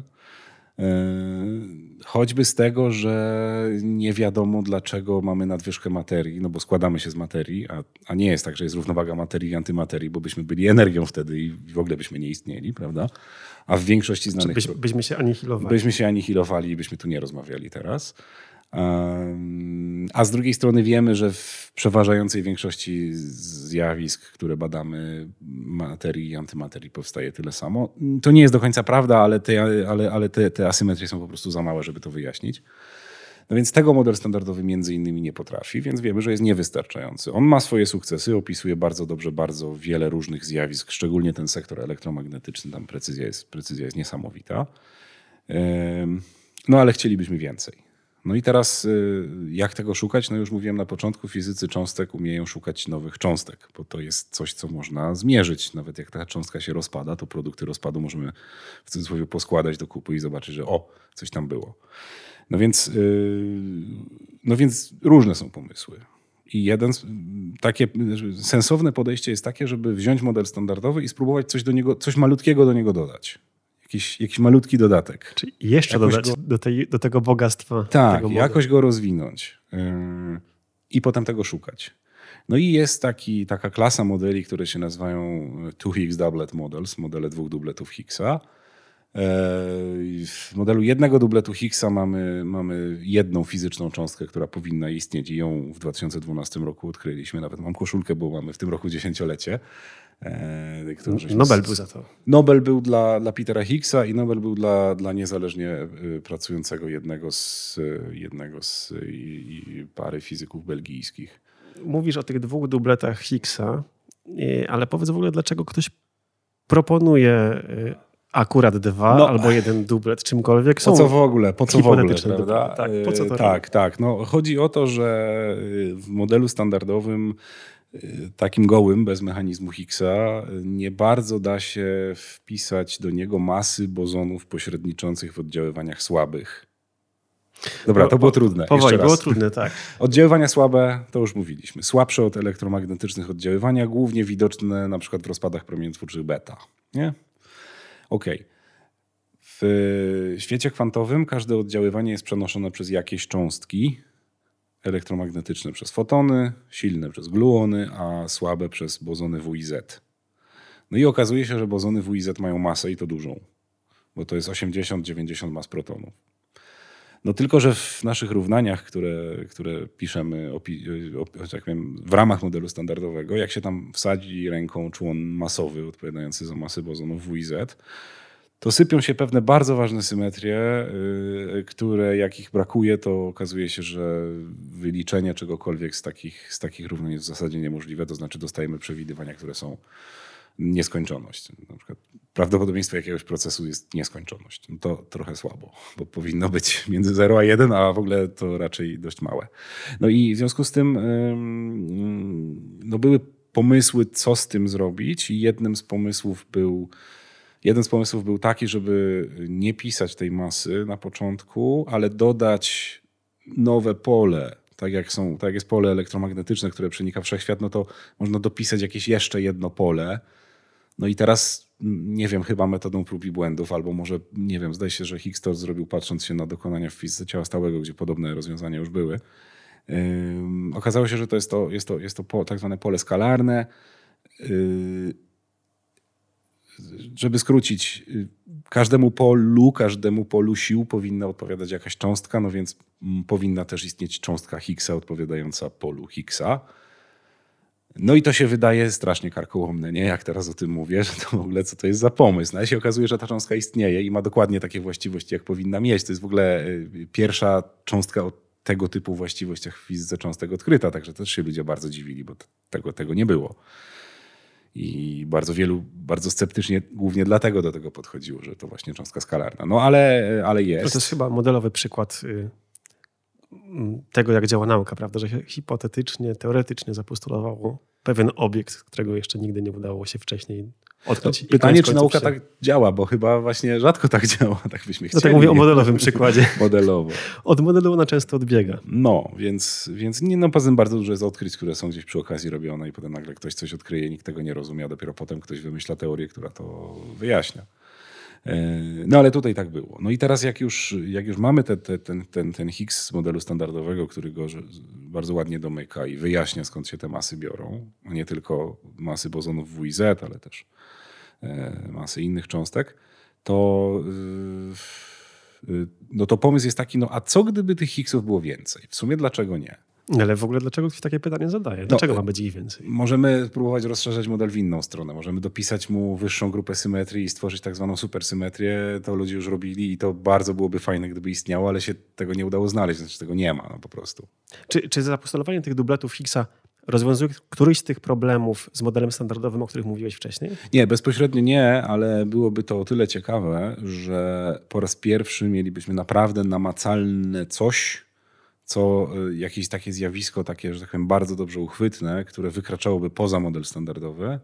Speaker 1: Choćby z tego, że nie wiadomo, dlaczego mamy nadwyżkę materii, no bo składamy się z materii, a nie jest tak, że jest równowaga materii i antymaterii, bo byśmy byli energią wtedy i w ogóle byśmy nie istnieli, prawda? A w większości znanych...
Speaker 2: Byśmy się anihilowali.
Speaker 1: Byśmy się anihilowali i byśmy tu nie rozmawiali teraz. A z drugiej strony wiemy, że w przeważającej większości zjawisk, które badamy, materii i antymaterii powstaje tyle samo. To nie jest do końca prawda, ale te asymetrie są po prostu za małe, żeby to wyjaśnić. No więc tego model standardowy między innymi nie potrafi, więc wiemy, że jest niewystarczający. On ma swoje sukcesy, opisuje bardzo dobrze bardzo wiele różnych zjawisk, szczególnie ten sektor elektromagnetyczny, tam precyzja jest niesamowita. No ale chcielibyśmy więcej. No i teraz jak tego szukać? No już mówiłem na początku, fizycy cząstek umieją szukać nowych cząstek, bo to jest coś, co można zmierzyć. Nawet jak ta cząstka się rozpada, to produkty rozpadu możemy w cudzysłowie poskładać do kupy i zobaczyć, że coś tam było. No więc różne są pomysły. I takie sensowne podejście jest takie, żeby wziąć model standardowy i spróbować coś malutkiego do niego dodać. Jakiś malutki dodatek.
Speaker 2: Czyli jeszcze dodać do tego bogactwa.
Speaker 1: Tak,
Speaker 2: tego
Speaker 1: jakoś go rozwinąć i potem tego szukać. No i jest taka klasa modeli, które się nazywają Two Higgs Doublet Models, modele 2 dubletów Higgsa. W modelu jednego dubletu Higgsa mamy jedną fizyczną cząstkę, która powinna istnieć i ją w 2012 roku odkryliśmy. Nawet mam koszulkę, bo mamy w tym roku 10-lecie.
Speaker 2: Nobel był za to.
Speaker 1: Nobel był dla Petera Higgsa i Nobel był dla niezależnie pracującego jednego z pary fizyków belgijskich.
Speaker 2: Mówisz o tych 2 dubletach Higgsa, ale powiedz w ogóle, dlaczego ktoś proponuje akurat 2 albo 1 dublet, czymkolwiek.
Speaker 1: Po co w ogóle, prawda?
Speaker 2: Tak, po co to
Speaker 1: tak. No, chodzi o to, że w modelu standardowym takim gołym, bez mechanizmu Higgsa, nie bardzo da się wpisać do niego masy bozonów pośredniczących w oddziaływaniach słabych. Dobra, to było trudne.
Speaker 2: Powoli, było trudne, tak.
Speaker 1: Oddziaływania słabe, to już mówiliśmy. Słabsze od elektromagnetycznych oddziaływania, głównie widoczne na przykład w rozpadach promieniotwórczych beta. Nie? Okej. W świecie kwantowym każde oddziaływanie jest przenoszone przez jakieś cząstki elektromagnetyczne przez fotony, silne przez gluony, a słabe przez bozony W i Z. No i okazuje się, że bozony W i Z mają masę i to dużą, bo to jest 80-90 mas protonów. No tylko, że w naszych równaniach, które piszemy tak powiem, w ramach modelu standardowego, jak się tam wsadzi ręką człon masowy odpowiadający za masy bozonów W i Z, to sypią się pewne bardzo ważne symetrie, które jak ich brakuje, to okazuje się, że wyliczenie czegokolwiek z takich równań jest w zasadzie niemożliwe. To znaczy dostajemy przewidywania, które są nieskończoność. Na przykład prawdopodobieństwo jakiegoś procesu jest nieskończoność. No to trochę słabo, bo powinno być między 0 a 1, a w ogóle to raczej dość małe. No i w związku z tym były pomysły, co z tym zrobić i jeden z pomysłów był taki, żeby nie pisać tej masy na początku, ale dodać nowe pole. Tak jak jest pole elektromagnetyczne, które przenika wszechświat, no to można dopisać jakieś jeszcze jedno pole. No i teraz, nie wiem, chyba metodą prób i błędów, albo może, nie wiem, zdaje się, że Higgs to zrobił patrząc się na dokonania w fizyce ciała stałego, gdzie podobne rozwiązania już były. Okazało się, że jest to tak zwane pole skalarne. Żeby skrócić, każdemu polu sił powinna odpowiadać jakaś cząstka, no więc powinna też istnieć cząstka Higgsa odpowiadająca polu Higgsa. No i to się wydaje strasznie karkołomne, nie? Jak teraz o tym mówię, że to w ogóle co to jest za pomysł. No ale się okazuje, że ta cząstka istnieje i ma dokładnie takie właściwości, jak powinna mieć. To jest w ogóle pierwsza cząstka o tego typu właściwościach w fizyce cząstek odkryta, także też się ludzie bardzo dziwili, bo tego nie było. I bardzo wielu, bardzo sceptycznie, głównie dlatego do tego podchodziło, że to właśnie cząstka skalarna. No ale jest.
Speaker 2: To jest chyba modelowy przykład tego, jak działa nauka, prawda? Że hipotetycznie, teoretycznie zapostulowało pewien obiekt, którego jeszcze nigdy nie udało się wcześniej odkryć.
Speaker 1: Pytanie, czy nauka tak działa, bo chyba właśnie rzadko tak działa, tak byśmy chcieli.
Speaker 2: No tak mówię o modelowym przykładzie.
Speaker 1: Modelowo.
Speaker 2: Od modelu ona często odbiega.
Speaker 1: No, więc nie, no poza tym bardzo dużo jest odkryć, które są gdzieś przy okazji robione i potem nagle ktoś coś odkryje i nikt tego nie rozumie, a dopiero potem ktoś wymyśla teorię, która to wyjaśnia. No ale tutaj tak było. No i teraz jak już mamy ten Higgs z modelu standardowego, który go bardzo ładnie domyka i wyjaśnia, skąd się te masy biorą, a nie tylko masy bozonów W i Z, ale też masy innych cząstek, to pomysł jest taki, a co gdyby tych Higgsów było więcej? W sumie dlaczego nie?
Speaker 2: Ale w ogóle dlaczego ktoś takie pytanie zadaje? Dlaczego ma być ich więcej?
Speaker 1: Możemy próbować rozszerzać model w inną stronę. Możemy dopisać mu wyższą grupę symetrii i stworzyć tak zwaną supersymetrię. To ludzie już robili i to bardzo byłoby fajne, gdyby istniało, ale się tego nie udało znaleźć. Znaczy tego nie ma po prostu.
Speaker 2: Czy zapostolowanie tych dubletów Higgsa rozwiązuje któryś z tych problemów z modelem standardowym, o których mówiłeś wcześniej?
Speaker 1: Nie, bezpośrednio nie, ale byłoby to o tyle ciekawe, że po raz pierwszy mielibyśmy naprawdę namacalne coś, co jakieś takie zjawisko, takie, że tak powiem, bardzo dobrze uchwytne, które wykraczałoby poza model standardowy.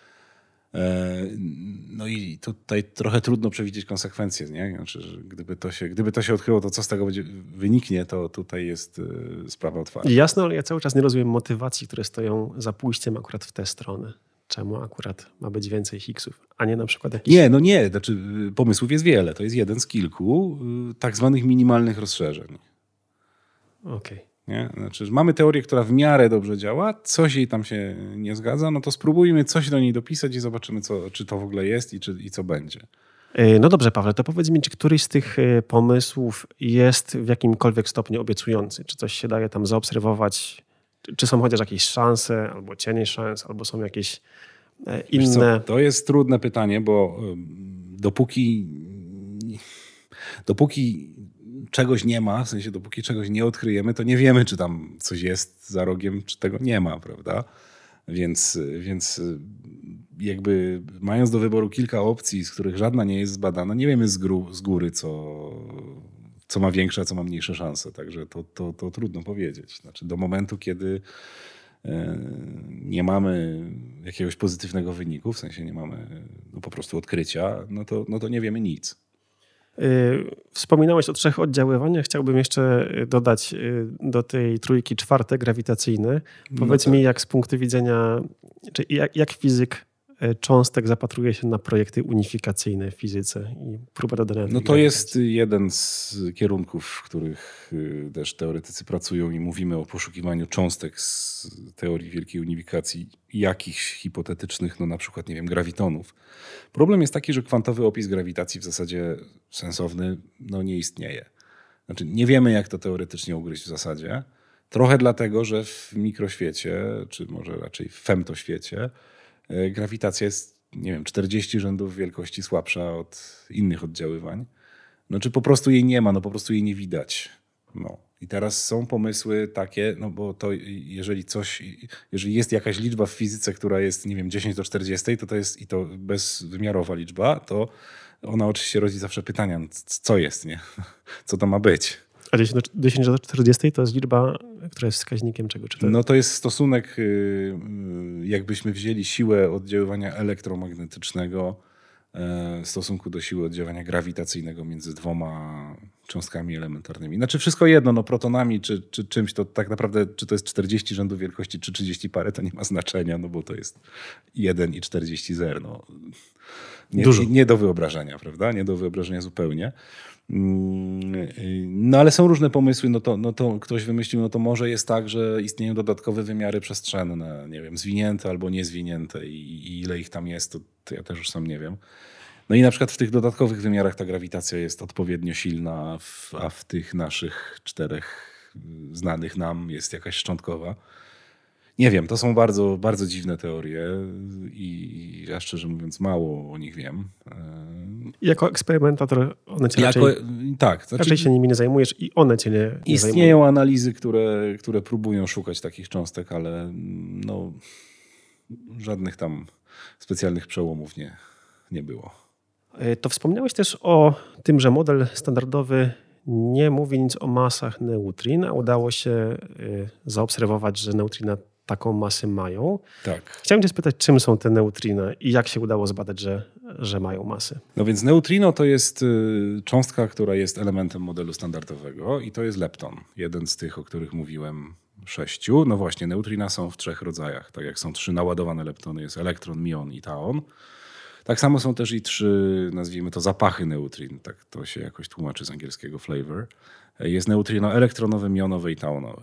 Speaker 1: No i tutaj trochę trudno przewidzieć konsekwencje, nie? Znaczy, że gdyby to się odkryło, to co z tego wyniknie, to tutaj jest sprawa otwarta.
Speaker 2: Jasne, ale ja cały czas nie rozumiem motywacji, które stoją za pójściem akurat w tę stronę. Czemu akurat ma być więcej Higgsów, a nie na przykład jakiś...
Speaker 1: Nie. Znaczy, pomysłów jest wiele. To jest jeden z kilku tak zwanych minimalnych rozszerzeń.
Speaker 2: Okej.
Speaker 1: Nie? Znaczy, że mamy teorię, która w miarę dobrze działa, coś jej tam się nie zgadza, no to spróbujmy coś do niej dopisać i zobaczymy, czy to w ogóle jest i co będzie.
Speaker 2: No dobrze, Pawle, to powiedz mi, czy któryś z tych pomysłów jest w jakimkolwiek stopniu obiecujący? Czy coś się daje tam zaobserwować? Czy są chociaż jakieś szanse, albo cienie szans, albo są jakieś inne...
Speaker 1: To jest trudne pytanie, bo dopóki czegoś nie ma, w sensie dopóki czegoś nie odkryjemy, to nie wiemy, czy tam coś jest za rogiem, czy tego nie ma, prawda? Więc jakby mając do wyboru kilka opcji, z których żadna nie jest zbadana, nie wiemy z góry, co ma większe, a co ma mniejsze szanse. Także to trudno powiedzieć. Znaczy do momentu, kiedy nie mamy jakiegoś pozytywnego wyniku, w sensie nie mamy po prostu odkrycia, no to nie wiemy nic.
Speaker 2: Wspominałeś o 3 oddziaływaniach. Chciałbym jeszcze dodać do tej trójki 4 grawitacyjne. Powiedz mi, jak z punktu widzenia, czy jak fizyk cząstek zapatruje się na projekty unifikacyjne w fizyce i próbę dodania.
Speaker 1: No to jest jeden z kierunków, w których też teoretycy pracują i mówimy o poszukiwaniu cząstek z teorii wielkiej unifikacji jakichś hipotetycznych, no na przykład, nie wiem, grawitonów. Problem jest taki, że kwantowy opis grawitacji w zasadzie sensowny nie istnieje. Znaczy nie wiemy, jak to teoretycznie ugryźć w zasadzie. Trochę dlatego, że w mikroświecie, czy może raczej w femtoświecie, grawitacja jest, nie wiem, 40 rzędów wielkości słabsza od innych oddziaływań. Czy po prostu jej nie ma, po prostu jej nie widać. I teraz są pomysły takie, bo to jeżeli jest jakaś liczba w fizyce, która jest, nie wiem, 10 do 40, to jest i to bezwymiarowa liczba, to ona oczywiście rodzi zawsze pytania, co jest, nie? Co to ma być?
Speaker 2: A 10 do 40 to jest liczba, która jest wskaźnikiem czego? Czy to...
Speaker 1: To jest stosunek, jakbyśmy wzięli siłę oddziaływania elektromagnetycznego w stosunku do siły oddziaływania grawitacyjnego między 2 cząstkami elementarnymi. Znaczy wszystko jedno, protonami czy czymś, to tak naprawdę czy to jest 40 rzędów wielkości, czy 30 parę, to nie ma znaczenia, bo to jest 1 i 40 zer. Nie do wyobrażenia, prawda? Nie do wyobrażenia zupełnie. Ale są różne pomysły, to ktoś wymyślił, to może jest tak, że istnieją dodatkowe wymiary przestrzenne, nie wiem, zwinięte albo niezwinięte i ile ich tam jest, to ja też już sam nie wiem. I na przykład w tych dodatkowych wymiarach ta grawitacja jest odpowiednio silna, a w tych naszych 4 znanych nam jest jakaś szczątkowa. Nie wiem, to są bardzo, bardzo dziwne teorie i ja szczerze mówiąc mało o nich wiem.
Speaker 2: Jako eksperymentator one cię raczej się nimi nie zajmujesz i one cię nie zajmują.
Speaker 1: Istnieją analizy, które próbują szukać takich cząstek, ale żadnych tam specjalnych przełomów nie było.
Speaker 2: To wspomniałeś też o tym, że model standardowy nie mówi nic o masach neutrin, a udało się zaobserwować, że neutrina taką masę mają.
Speaker 1: Tak.
Speaker 2: Chciałem cię spytać, czym są te neutrino i jak się udało zbadać, że mają masę?
Speaker 1: No więc neutrino to jest cząstka, która jest elementem modelu standardowego i to jest lepton. Jeden z tych, o których mówiłem, 6. No właśnie, neutrina są w 3 rodzajach. Tak jak są 3 naładowane leptony, jest elektron, mion i taon. Tak samo są też i 3, nazwijmy to, zapachy neutrin. Tak to się jakoś tłumaczy z angielskiego flavor. Jest neutrino elektronowe, mionowe i taonowe.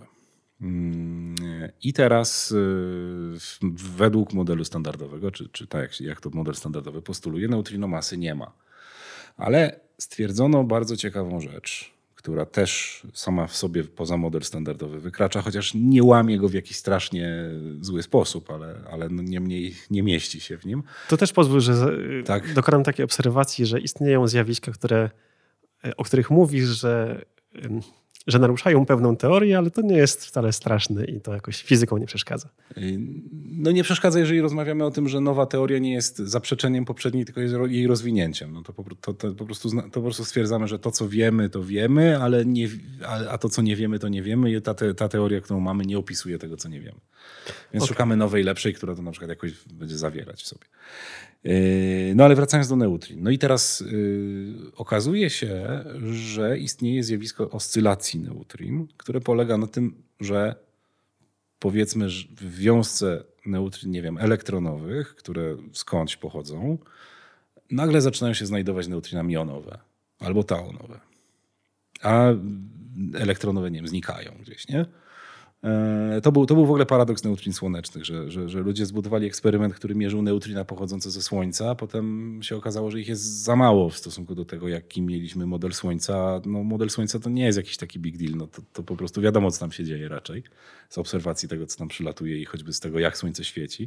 Speaker 1: I teraz według modelu standardowego, czy tak jak to model standardowy postuluje, neutrino masy nie ma. Ale stwierdzono bardzo ciekawą rzecz, która też sama w sobie poza model standardowy wykracza, chociaż nie łamie go w jakiś strasznie zły sposób, ale no niemniej nie mieści się w nim.
Speaker 2: To też pozwól, że
Speaker 1: Tak.
Speaker 2: dokonam takiej obserwacji, że istnieją zjawiska, o których mówisz, że naruszają pewną teorię, ale to nie jest wcale straszne i to jakoś fizyką nie przeszkadza.
Speaker 1: No nie przeszkadza, jeżeli rozmawiamy o tym, że nowa teoria nie jest zaprzeczeniem poprzedniej, tylko jest jej rozwinięciem. No to po prostu stwierdzamy, że to, co wiemy, to wiemy, a to, co nie wiemy, to nie wiemy i ta teoria, którą mamy, nie opisuje tego, co nie wiemy. Więc szukamy nowej, lepszej, która to na przykład jakoś będzie zawierać w sobie. No ale wracając do neutrin. No i teraz okazuje się, że istnieje zjawisko oscylacji neutrin, które polega na tym, że powiedzmy że w wiązce neutrin, nie wiem, elektronowych, które skądś pochodzą, nagle zaczynają się znajdować neutrina mionowe albo taonowe. A elektronowe, nie wiem, znikają gdzieś, nie? To był w ogóle paradoks neutrin słonecznych, że ludzie zbudowali eksperyment, który mierzył neutrina pochodzące ze Słońca, a potem się okazało, że ich jest za mało w stosunku do tego, jaki mieliśmy model Słońca. No, model Słońca to nie jest jakiś taki big deal, no to po prostu wiadomo, co tam się dzieje raczej z obserwacji tego, co tam przylatuje i choćby z tego, jak Słońce świeci.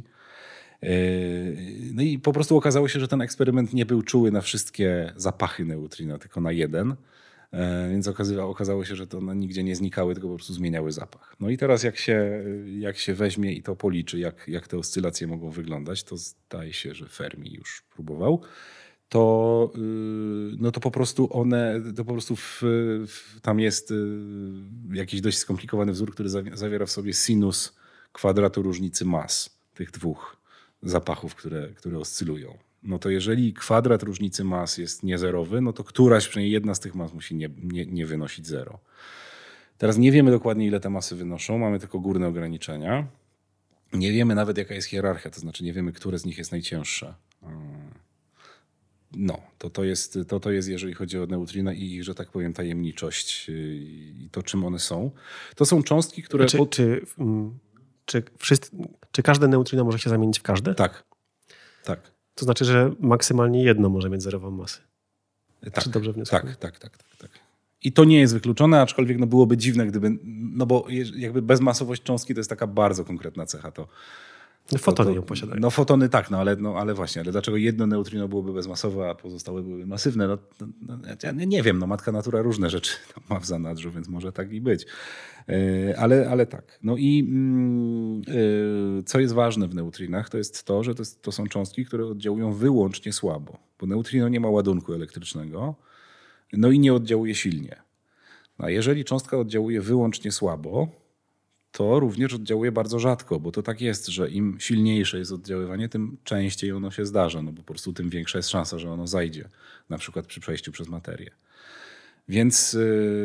Speaker 1: No i po prostu okazało się, że ten eksperyment nie był czuły na wszystkie zapachy neutrina, tylko na jeden. Więc okazało się, że to nigdzie nie znikały, tylko po prostu zmieniały zapach. No i teraz jak się weźmie i to policzy, jak te oscylacje mogą wyglądać, to zdaje się, że Fermi już próbował, to po prostu tam jest jakiś dość skomplikowany wzór, który zawiera w sobie sinus kwadratu różnicy mas tych 2 zapachów, które oscylują. No to jeżeli kwadrat różnicy mas jest niezerowy, no to któraś, przynajmniej jedna z tych mas musi nie wynosić 0. Teraz nie wiemy dokładnie, ile te masy wynoszą, mamy tylko górne ograniczenia. Nie wiemy nawet, jaka jest hierarchia, to znaczy nie wiemy, które z nich jest najcięższe. No, to jest, jeżeli chodzi o neutrina i ich, że tak powiem, tajemniczość i to, czym one są. To są cząstki, które...
Speaker 2: Czy każde neutrino może się zamienić w każde?
Speaker 1: Tak.
Speaker 2: To znaczy, że maksymalnie jedno może mieć zerową masę.
Speaker 1: Tak,
Speaker 2: czy dobrze wnioskuję?
Speaker 1: Tak. I to nie jest wykluczone, aczkolwiek byłoby dziwne, gdyby... No bo jakby bezmasowość cząstki to jest taka bardzo konkretna cecha.
Speaker 2: Fotony ją posiadają.
Speaker 1: No fotony tak, ale właśnie, ale dlaczego jedno neutrino byłoby bezmasowe, a pozostałe byłyby masywne? Ja nie wiem, matka natura różne rzeczy ma w zanadrzu, więc może tak i być. Ale tak. No i co jest ważne w neutrinach, to jest to, że to są cząstki, które oddziałują wyłącznie słabo, bo neutrino nie ma ładunku elektrycznego, no i nie oddziałuje silnie. A jeżeli cząstka oddziałuje wyłącznie słabo, to również oddziałuje bardzo rzadko, bo to tak jest, że im silniejsze jest oddziaływanie, tym częściej ono się zdarza, no bo po prostu tym większa jest szansa, że ono zajdzie, na przykład przy przejściu przez materię. Więc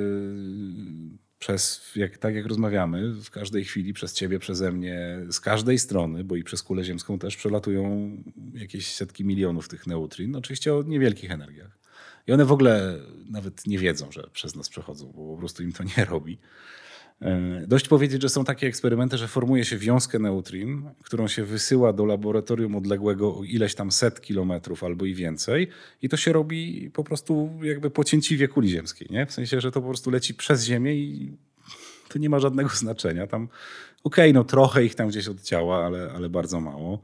Speaker 1: tak jak rozmawiamy, w każdej chwili przez ciebie, przeze mnie, z każdej strony, bo i przez kulę ziemską też przelatują jakieś setki milionów tych neutrin, oczywiście o niewielkich energiach. I one w ogóle nawet nie wiedzą, że przez nas przechodzą, bo po prostu im to nie robi. Dość powiedzieć, że są takie eksperymenty, że formuje się wiązkę neutrin, którą się wysyła do laboratorium odległego o ileś tam 100 kilometrów albo i więcej i to się robi po prostu jakby po cięciwie kuli ziemskiej. Nie? W sensie, że to po prostu leci przez Ziemię i to nie ma żadnego znaczenia. Tam no trochę ich tam gdzieś oddziała, ale bardzo mało.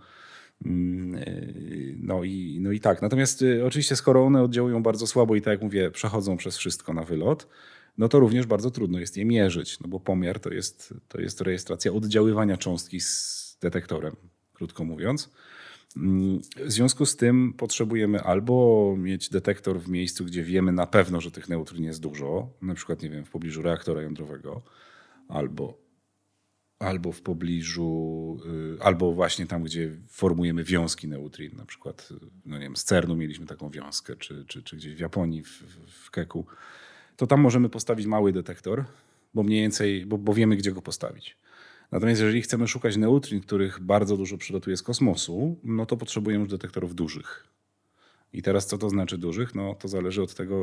Speaker 1: No i tak. Natomiast oczywiście skoro one oddziałują bardzo słabo i tak jak mówię, przechodzą przez wszystko na wylot, no to również bardzo trudno jest je mierzyć, no bo pomiar to jest rejestracja oddziaływania cząstki z detektorem, krótko mówiąc. W związku z tym potrzebujemy albo mieć detektor w miejscu, gdzie wiemy na pewno, że tych neutrin jest dużo, na przykład, nie wiem, w pobliżu reaktora jądrowego, albo albo w pobliżu, albo właśnie tam, gdzie formujemy wiązki neutrin, na przykład no nie wiem, z CERN-u mieliśmy taką wiązkę, czy gdzieś w Japonii, w Keku, to tam możemy postawić mały detektor, bo mniej więcej, bo wiemy, gdzie go postawić. Natomiast jeżeli chcemy szukać neutrin, których bardzo dużo przylatuje z kosmosu, no to potrzebujemy już detektorów dużych. I teraz co to znaczy dużych? No to zależy od tego,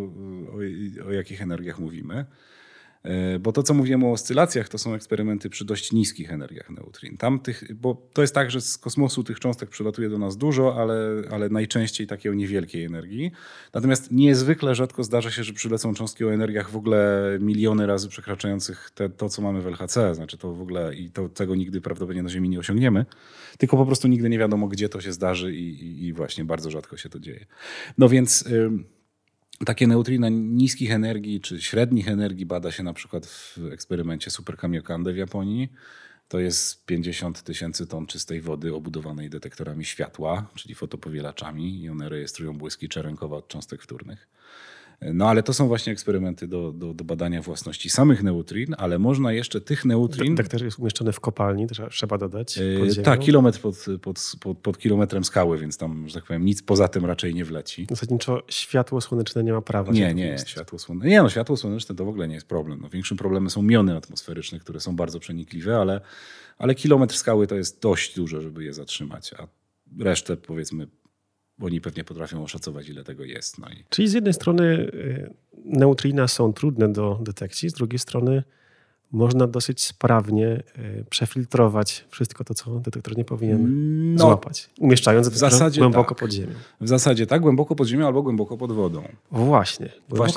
Speaker 1: o jakich energiach mówimy. Bo to, co mówimy o oscylacjach, to są eksperymenty przy dość niskich energiach neutrin. Bo to jest tak, że z kosmosu tych cząstek przylatuje do nas dużo, ale najczęściej takie o niewielkiej energii. Natomiast niezwykle rzadko zdarza się, że przylecą cząstki o energiach w ogóle miliony razy przekraczających to, co mamy w LHC. Znaczy to w ogóle i tego nigdy prawdopodobnie na Ziemi nie osiągniemy. Tylko po prostu nigdy nie wiadomo, gdzie to się zdarzy i właśnie bardzo rzadko się to dzieje. No więc... Takie neutrina niskich energii czy średnich energii bada się na przykład w eksperymencie Super Kamiokande w Japonii. To jest 50 000 ton czystej wody obudowanej detektorami światła, czyli fotopowielaczami i one rejestrują błyski czerwenkowe od cząstek wtórnych. No ale to są właśnie eksperymenty do badania własności samych neutrin, ale można jeszcze tych neutrin...
Speaker 2: Detektor jest umieszczony w kopalni, trzeba dodać.
Speaker 1: Tak, kilometr pod kilometrem skały, więc tam, że tak powiem, nic poza tym raczej nie wleci.
Speaker 2: Zasadniczo światło słoneczne nie ma prawa.
Speaker 1: Nie, światło słoneczne to w ogóle nie jest problem. No, większym problemem są miony atmosferyczne, które są bardzo przenikliwe, ale kilometr skały to jest dość dużo, żeby je zatrzymać, a resztę powiedzmy oni pewnie potrafią oszacować, ile tego jest. No i...
Speaker 2: Czyli z jednej strony neutrina są trudne do detekcji, z drugiej strony można dosyć sprawnie przefiltrować wszystko to, co detektor nie powinien złapać, umieszczając w zasadzie głęboko pod ziemią.
Speaker 1: W zasadzie tak, głęboko pod ziemią albo głęboko pod wodą.
Speaker 2: Właśnie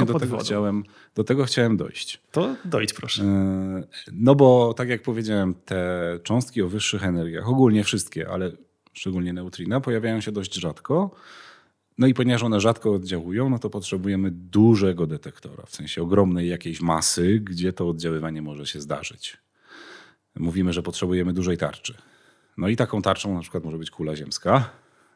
Speaker 1: do tego chciałem dojść.
Speaker 2: To dojdź proszę.
Speaker 1: No bo tak jak powiedziałem, te cząstki o wyższych energiach, ogólnie wszystkie, ale szczególnie neutrina, pojawiają się dość rzadko. No i ponieważ one rzadko oddziałują, no to potrzebujemy dużego detektora, w sensie ogromnej jakiejś masy, gdzie to oddziaływanie może się zdarzyć. Mówimy, że potrzebujemy dużej tarczy. No i taką tarczą na przykład może być kula ziemska,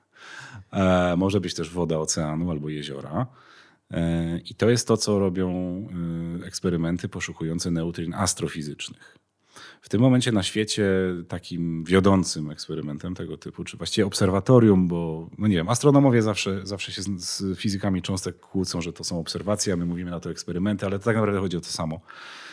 Speaker 1: może być też woda oceanu albo jeziora. I to jest to, co robią eksperymenty poszukujące neutrin astrofizycznych. W tym momencie na świecie takim wiodącym eksperymentem tego typu, czy właściwie obserwatorium, bo no nie wiem, astronomowie zawsze się z fizykami cząstek kłócą, że to są obserwacje, a my mówimy na to eksperymenty, ale to tak naprawdę chodzi o to samo.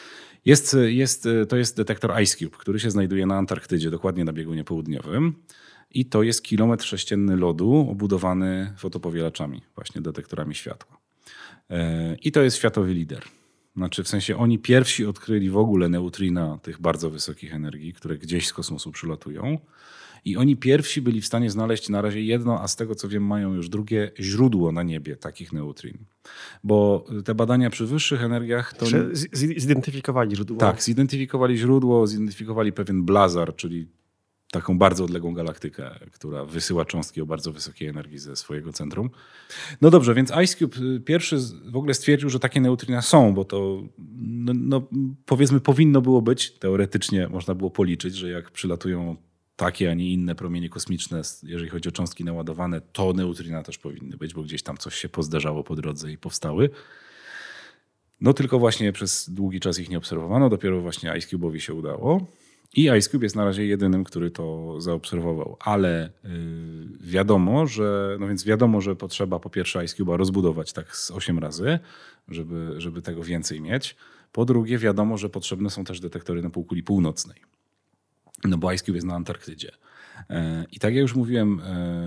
Speaker 1: To jest detektor IceCube, który się znajduje na Antarktydzie, dokładnie na biegunie południowym. I to jest 1 kilometr sześcienny lodu obudowany fotopowielaczami, właśnie detektorami światła. I to jest światowy lider. Znaczy w sensie oni pierwsi odkryli w ogóle neutrina tych bardzo wysokich energii, które gdzieś z kosmosu przylatują. I oni pierwsi byli w stanie znaleźć na razie jedno, a z tego co wiem mają już drugie źródło na niebie takich neutrin. Bo te badania przy wyższych energiach... to
Speaker 2: zidentyfikowali źródło.
Speaker 1: Tak, zidentyfikowali źródło, zidentyfikowali pewien blazar, czyli taką bardzo odległą galaktykę, która wysyła cząstki o bardzo wysokiej energii ze swojego centrum. No dobrze, więc IceCube pierwszy w ogóle stwierdził, że takie neutrina są, bo to powiedzmy powinno było być, teoretycznie można było policzyć, że jak przylatują takie, a nie inne promienie kosmiczne, jeżeli chodzi o cząstki naładowane, to neutrina też powinny być, bo gdzieś tam coś się pozdarzało po drodze i powstały. No tylko właśnie przez długi czas ich nie obserwowano, dopiero właśnie IceCube'owi się udało. I IceCube jest na razie jedynym, który to zaobserwował, ale wiadomo, że potrzeba po pierwsze IceCube'a rozbudować tak z 8 razy, żeby tego więcej mieć. Po drugie wiadomo, że potrzebne są też detektory na półkuli północnej, no bo IceCube jest na Antarktydzie. I tak jak już mówiłem,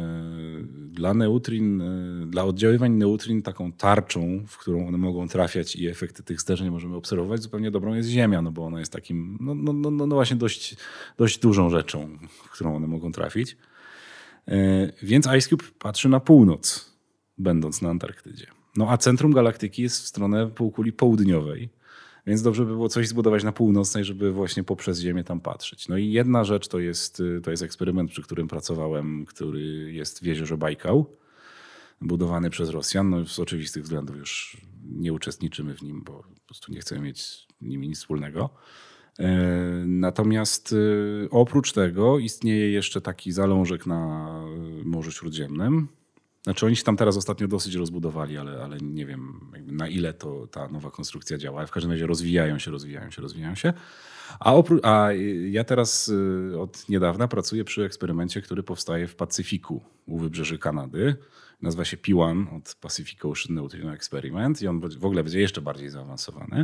Speaker 1: dla oddziaływań neutrin taką tarczą, w którą one mogą trafiać i efekty tych zderzeń możemy obserwować, zupełnie dobrą jest Ziemia, no bo ona jest takim, no właśnie dość dużą rzeczą, w którą one mogą trafić. Więc IceCube patrzy na północ, będąc na Antarktydzie. No a centrum galaktyki jest w stronę półkuli południowej. Więc dobrze by było coś zbudować na północnej, żeby właśnie poprzez Ziemię tam patrzeć. No i jedna rzecz to jest eksperyment, przy którym pracowałem, który jest w jeziorze Bajkał, budowany przez Rosjan. No z oczywistych względów już nie uczestniczymy w nim, bo po prostu nie chcemy mieć z nimi nic wspólnego. Natomiast oprócz tego istnieje jeszcze taki zalążek na Morzu Śródziemnym, Znaczy oni się tam teraz ostatnio dosyć rozbudowali, ale nie wiem na ile to ta nowa konstrukcja działa. W każdym razie rozwijają się. A ja teraz od niedawna pracuję przy eksperymencie, który powstaje w Pacyfiku u wybrzeży Kanady. Nazywa się P1 od Pacific Ocean Neutrino Experiment i on w ogóle będzie jeszcze bardziej zaawansowany.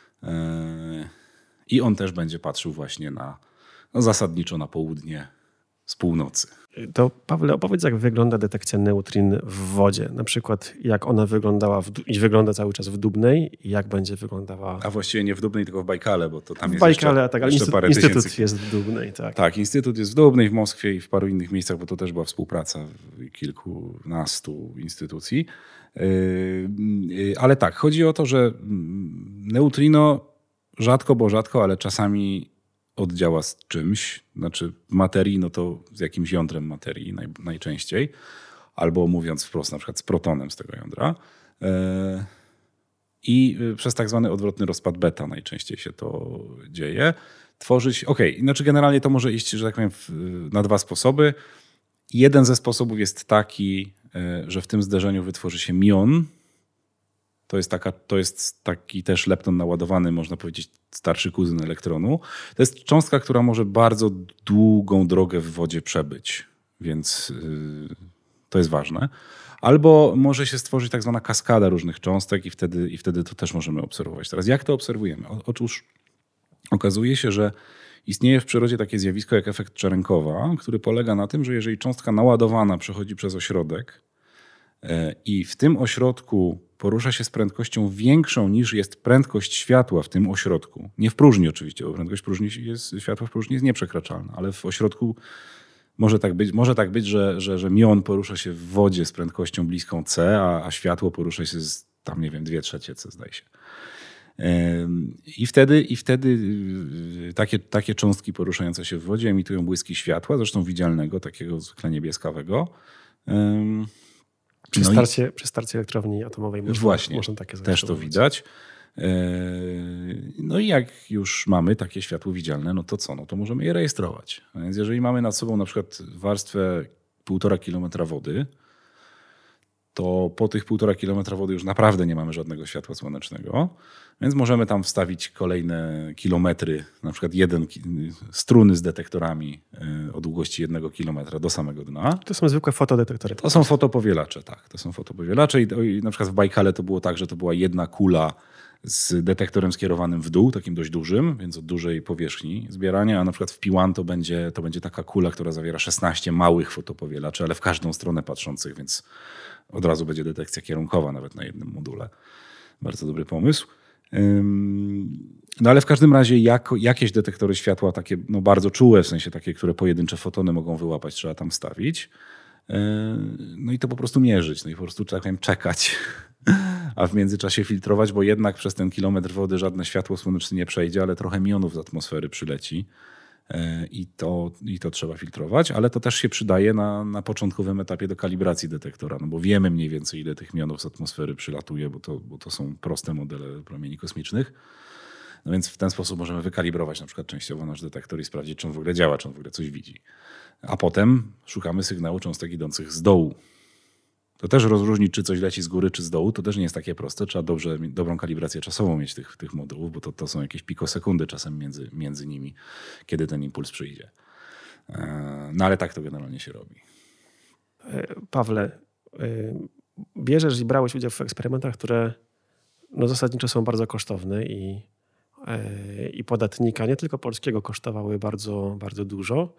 Speaker 1: I on też będzie patrzył właśnie zasadniczo na południe z północy.
Speaker 2: To Pawle, opowiedz, jak wygląda detekcja neutrin w wodzie. Na przykład jak ona wyglądała i wygląda cały czas w Dubnej i jak będzie wyglądała...
Speaker 1: A właściwie nie w Dubnej, tylko w Bajkale, bo to tam
Speaker 2: w
Speaker 1: jest
Speaker 2: Bajkale, tak, ale
Speaker 1: parę
Speaker 2: instytut
Speaker 1: tysięcy...
Speaker 2: jest w Dubnej. Tak.
Speaker 1: Tak, instytut jest w Dubnej, w Moskwie i w paru innych miejscach, bo to też była współpraca kilkunastu instytucji. Ale tak, chodzi o to, że neutrino rzadko, ale czasami oddziała z czymś, znaczy w materii, no to z jakimś jądrem materii najczęściej, albo mówiąc wprost, na przykład z protonem z tego jądra. I przez tak zwany odwrotny rozpad beta najczęściej się to dzieje. Znaczy generalnie to może iść, że tak powiem, na dwa sposoby. Jeden ze sposobów jest taki, że w tym zderzeniu wytworzy się mion. To jest taki też lepton naładowany, można powiedzieć, starszy kuzyn elektronu. To jest cząstka, która może bardzo długą drogę w wodzie przebyć, więc to jest ważne. Albo może się stworzyć tak zwana kaskada różnych cząstek i wtedy to też możemy obserwować. Teraz jak to obserwujemy? Otóż okazuje się, że istnieje w przyrodzie takie zjawisko jak efekt Cherenkowa, który polega na tym, że jeżeli cząstka naładowana przechodzi przez ośrodek i w tym ośrodku porusza się z prędkością większą niż jest prędkość światła w tym ośrodku. Nie w próżni oczywiście, bo prędkość światła w próżni jest nieprzekraczalna, ale w ośrodku może tak być, że mion porusza się w wodzie z prędkością bliską c, a światło porusza się z tam, nie wiem, 2/3 c, zdaje się. I wtedy takie cząstki poruszające się w wodzie emitują błyski światła, zresztą widzialnego, takiego zwykle niebieskawego.
Speaker 2: Przy starcie elektrowni atomowej można takie
Speaker 1: też to widać. No i jak już mamy takie światło widzialne, no to co? No to możemy je rejestrować. A więc jeżeli mamy nad sobą na przykład warstwę 1,5 kilometra wody, to po tych 1,5 kilometra wody już naprawdę nie mamy żadnego światła słonecznego, więc możemy tam wstawić kolejne kilometry, na przykład struny z detektorami o długości 1 kilometra do samego dna.
Speaker 2: To są zwykłe fotodetektory.
Speaker 1: To są fotopowielacze, tak. To są fotopowielacze i na przykład w Bajkale to było tak, że to była jedna kula z detektorem skierowanym w dół, takim dość dużym, więc o dużej powierzchni zbierania, a na przykład w P1 to będzie taka kula, która zawiera 16 małych fotopowielaczy, ale w każdą stronę patrzących, więc od razu będzie detekcja kierunkowa nawet na jednym module. Bardzo dobry pomysł. No ale w każdym razie jakieś detektory światła, takie bardzo czułe, w sensie takie, które pojedyncze fotony mogą wyłapać, trzeba tam wstawić. No i to po prostu mierzyć, no i po prostu tak powiem, czekać, a w międzyczasie filtrować, bo jednak przez ten kilometr wody żadne światło słoneczne nie przejdzie, ale trochę mionów z atmosfery przyleci i to trzeba filtrować, ale to też się przydaje na początkowym etapie do kalibracji detektora, no bo wiemy mniej więcej, ile tych mionów z atmosfery przylatuje, bo to są proste modele promieni kosmicznych. No więc w ten sposób możemy wykalibrować na przykład częściowo nasz detektor i sprawdzić, czy on w ogóle działa, czy on w ogóle coś widzi. A potem szukamy sygnału cząstek idących z dołu. To też rozróżnić, czy coś leci z góry, czy z dołu, to też nie jest takie proste. Trzeba dobrą kalibrację czasową mieć tych modułów, bo to są jakieś pikosekundy czasem między nimi, kiedy ten impuls przyjdzie. No ale tak to generalnie się robi.
Speaker 2: Pawle, bierzesz i brałeś udział w eksperymentach, które zasadniczo są bardzo kosztowne i podatnika, nie tylko polskiego, kosztowały bardzo, bardzo dużo.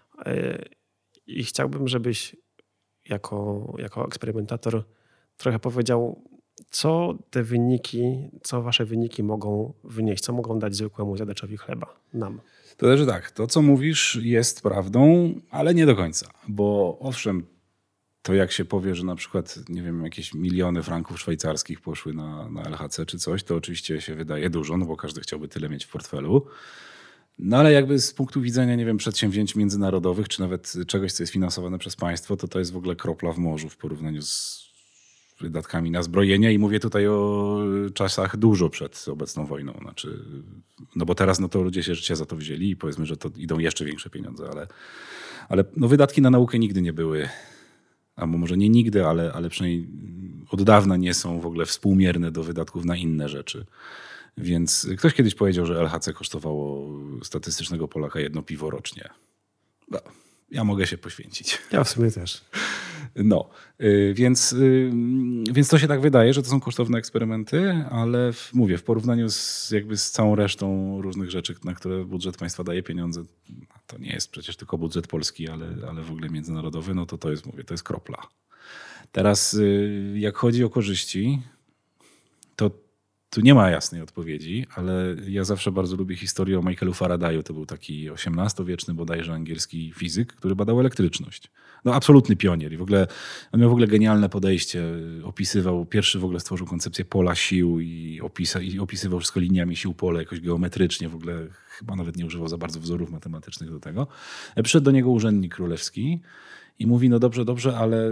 Speaker 2: I chciałbym, żebyś jako eksperymentator trochę powiedział, co wasze wyniki mogą wnieść, co mogą dać zwykłemu zjadaczowi chleba, nam.
Speaker 1: To też tak, to co mówisz jest prawdą, ale nie do końca, bo owszem, to jak się powie, że na przykład, nie wiem, jakieś miliony franków szwajcarskich poszły na LHC czy coś, to oczywiście się wydaje dużo, no bo każdy chciałby tyle mieć w portfelu. No ale jakby z punktu widzenia, nie wiem, przedsięwzięć międzynarodowych, czy nawet czegoś, co jest finansowane przez państwo, to jest w ogóle kropla w morzu w porównaniu z wydatkami na zbrojenie i mówię tutaj o czasach dużo przed obecną wojną. Znaczy, no bo teraz to ludzie się życie za to wzięli i powiedzmy, że to idą jeszcze większe pieniądze, ale wydatki na naukę nigdy nie były albo może nie nigdy, ale przynajmniej od dawna nie są w ogóle współmierne do wydatków na inne rzeczy. Więc ktoś kiedyś powiedział, że LHC kosztowało statystycznego Polaka 1 piwo rocznie. No, ja mogę się poświęcić.
Speaker 2: Ja w sumie też.
Speaker 1: No, więc to się tak wydaje, że to są kosztowne eksperymenty, ale mówię, w porównaniu z całą resztą różnych rzeczy, na które budżet państwa daje pieniądze, to nie jest przecież tylko budżet polski, ale w ogóle międzynarodowy, no to jest, mówię, to jest kropla. Teraz jak chodzi o korzyści, to tu nie ma jasnej odpowiedzi, ale ja zawsze bardzo lubię historię o Michaelu Faraday'u. To był taki XVIII-wieczny bodajże angielski fizyk, który badał elektryczność. No absolutny pionier i on miał w ogóle genialne podejście. Pierwszy w ogóle stworzył koncepcję pola sił i opisywał wszystko liniami sił pola jakoś geometrycznie. W ogóle chyba nawet nie używał za bardzo wzorów matematycznych do tego. Przyszedł do niego urzędnik królewski i mówi, no dobrze, ale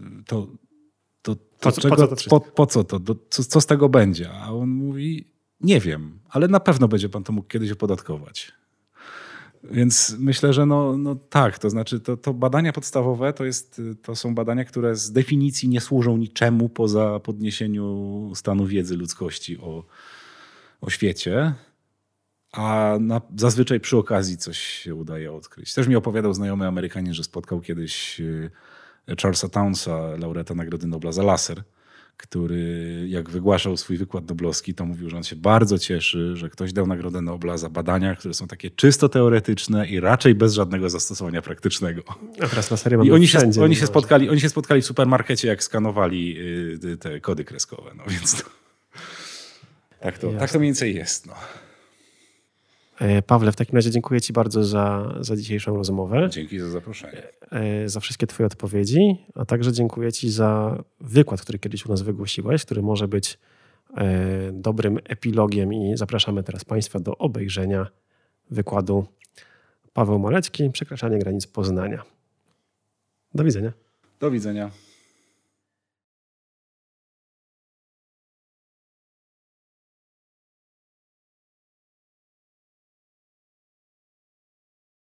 Speaker 1: po co to? Co z tego będzie? A on mówi, nie wiem, ale na pewno będzie pan to mógł kiedyś opodatkować. Więc myślę, że no tak, to znaczy to badania podstawowe to są badania, które z definicji nie służą niczemu poza podniesieniu stanu wiedzy ludzkości o świecie, a zazwyczaj przy okazji coś się udaje odkryć. Też mi opowiadał znajomy Amerykanin, że spotkał kiedyś Charlesa Townsa, laureata Nagrody Nobla za laser, który jak wygłaszał swój wykład noblowski, to mówił, że on się bardzo cieszy, że ktoś dał Nagrodę Nobla za badania, które są takie czysto teoretyczne i raczej bez żadnego zastosowania praktyczne.
Speaker 2: A teraz lasery mamy
Speaker 1: wszędzie. Oni się spotkali w supermarkecie, jak skanowali te kody kreskowe. No więc tak to mniej więcej jest. No.
Speaker 2: Pawle, w takim razie dziękuję ci bardzo za dzisiejszą rozmowę.
Speaker 1: Dzięki za zaproszenie.
Speaker 2: Za wszystkie twoje odpowiedzi, a także dziękuję ci za wykład, który kiedyś u nas wygłosiłeś, który może być dobrym epilogiem i zapraszamy teraz państwa do obejrzenia wykładu Paweł Malecki, Przekraczanie granic Poznania. Do widzenia.
Speaker 1: Do widzenia.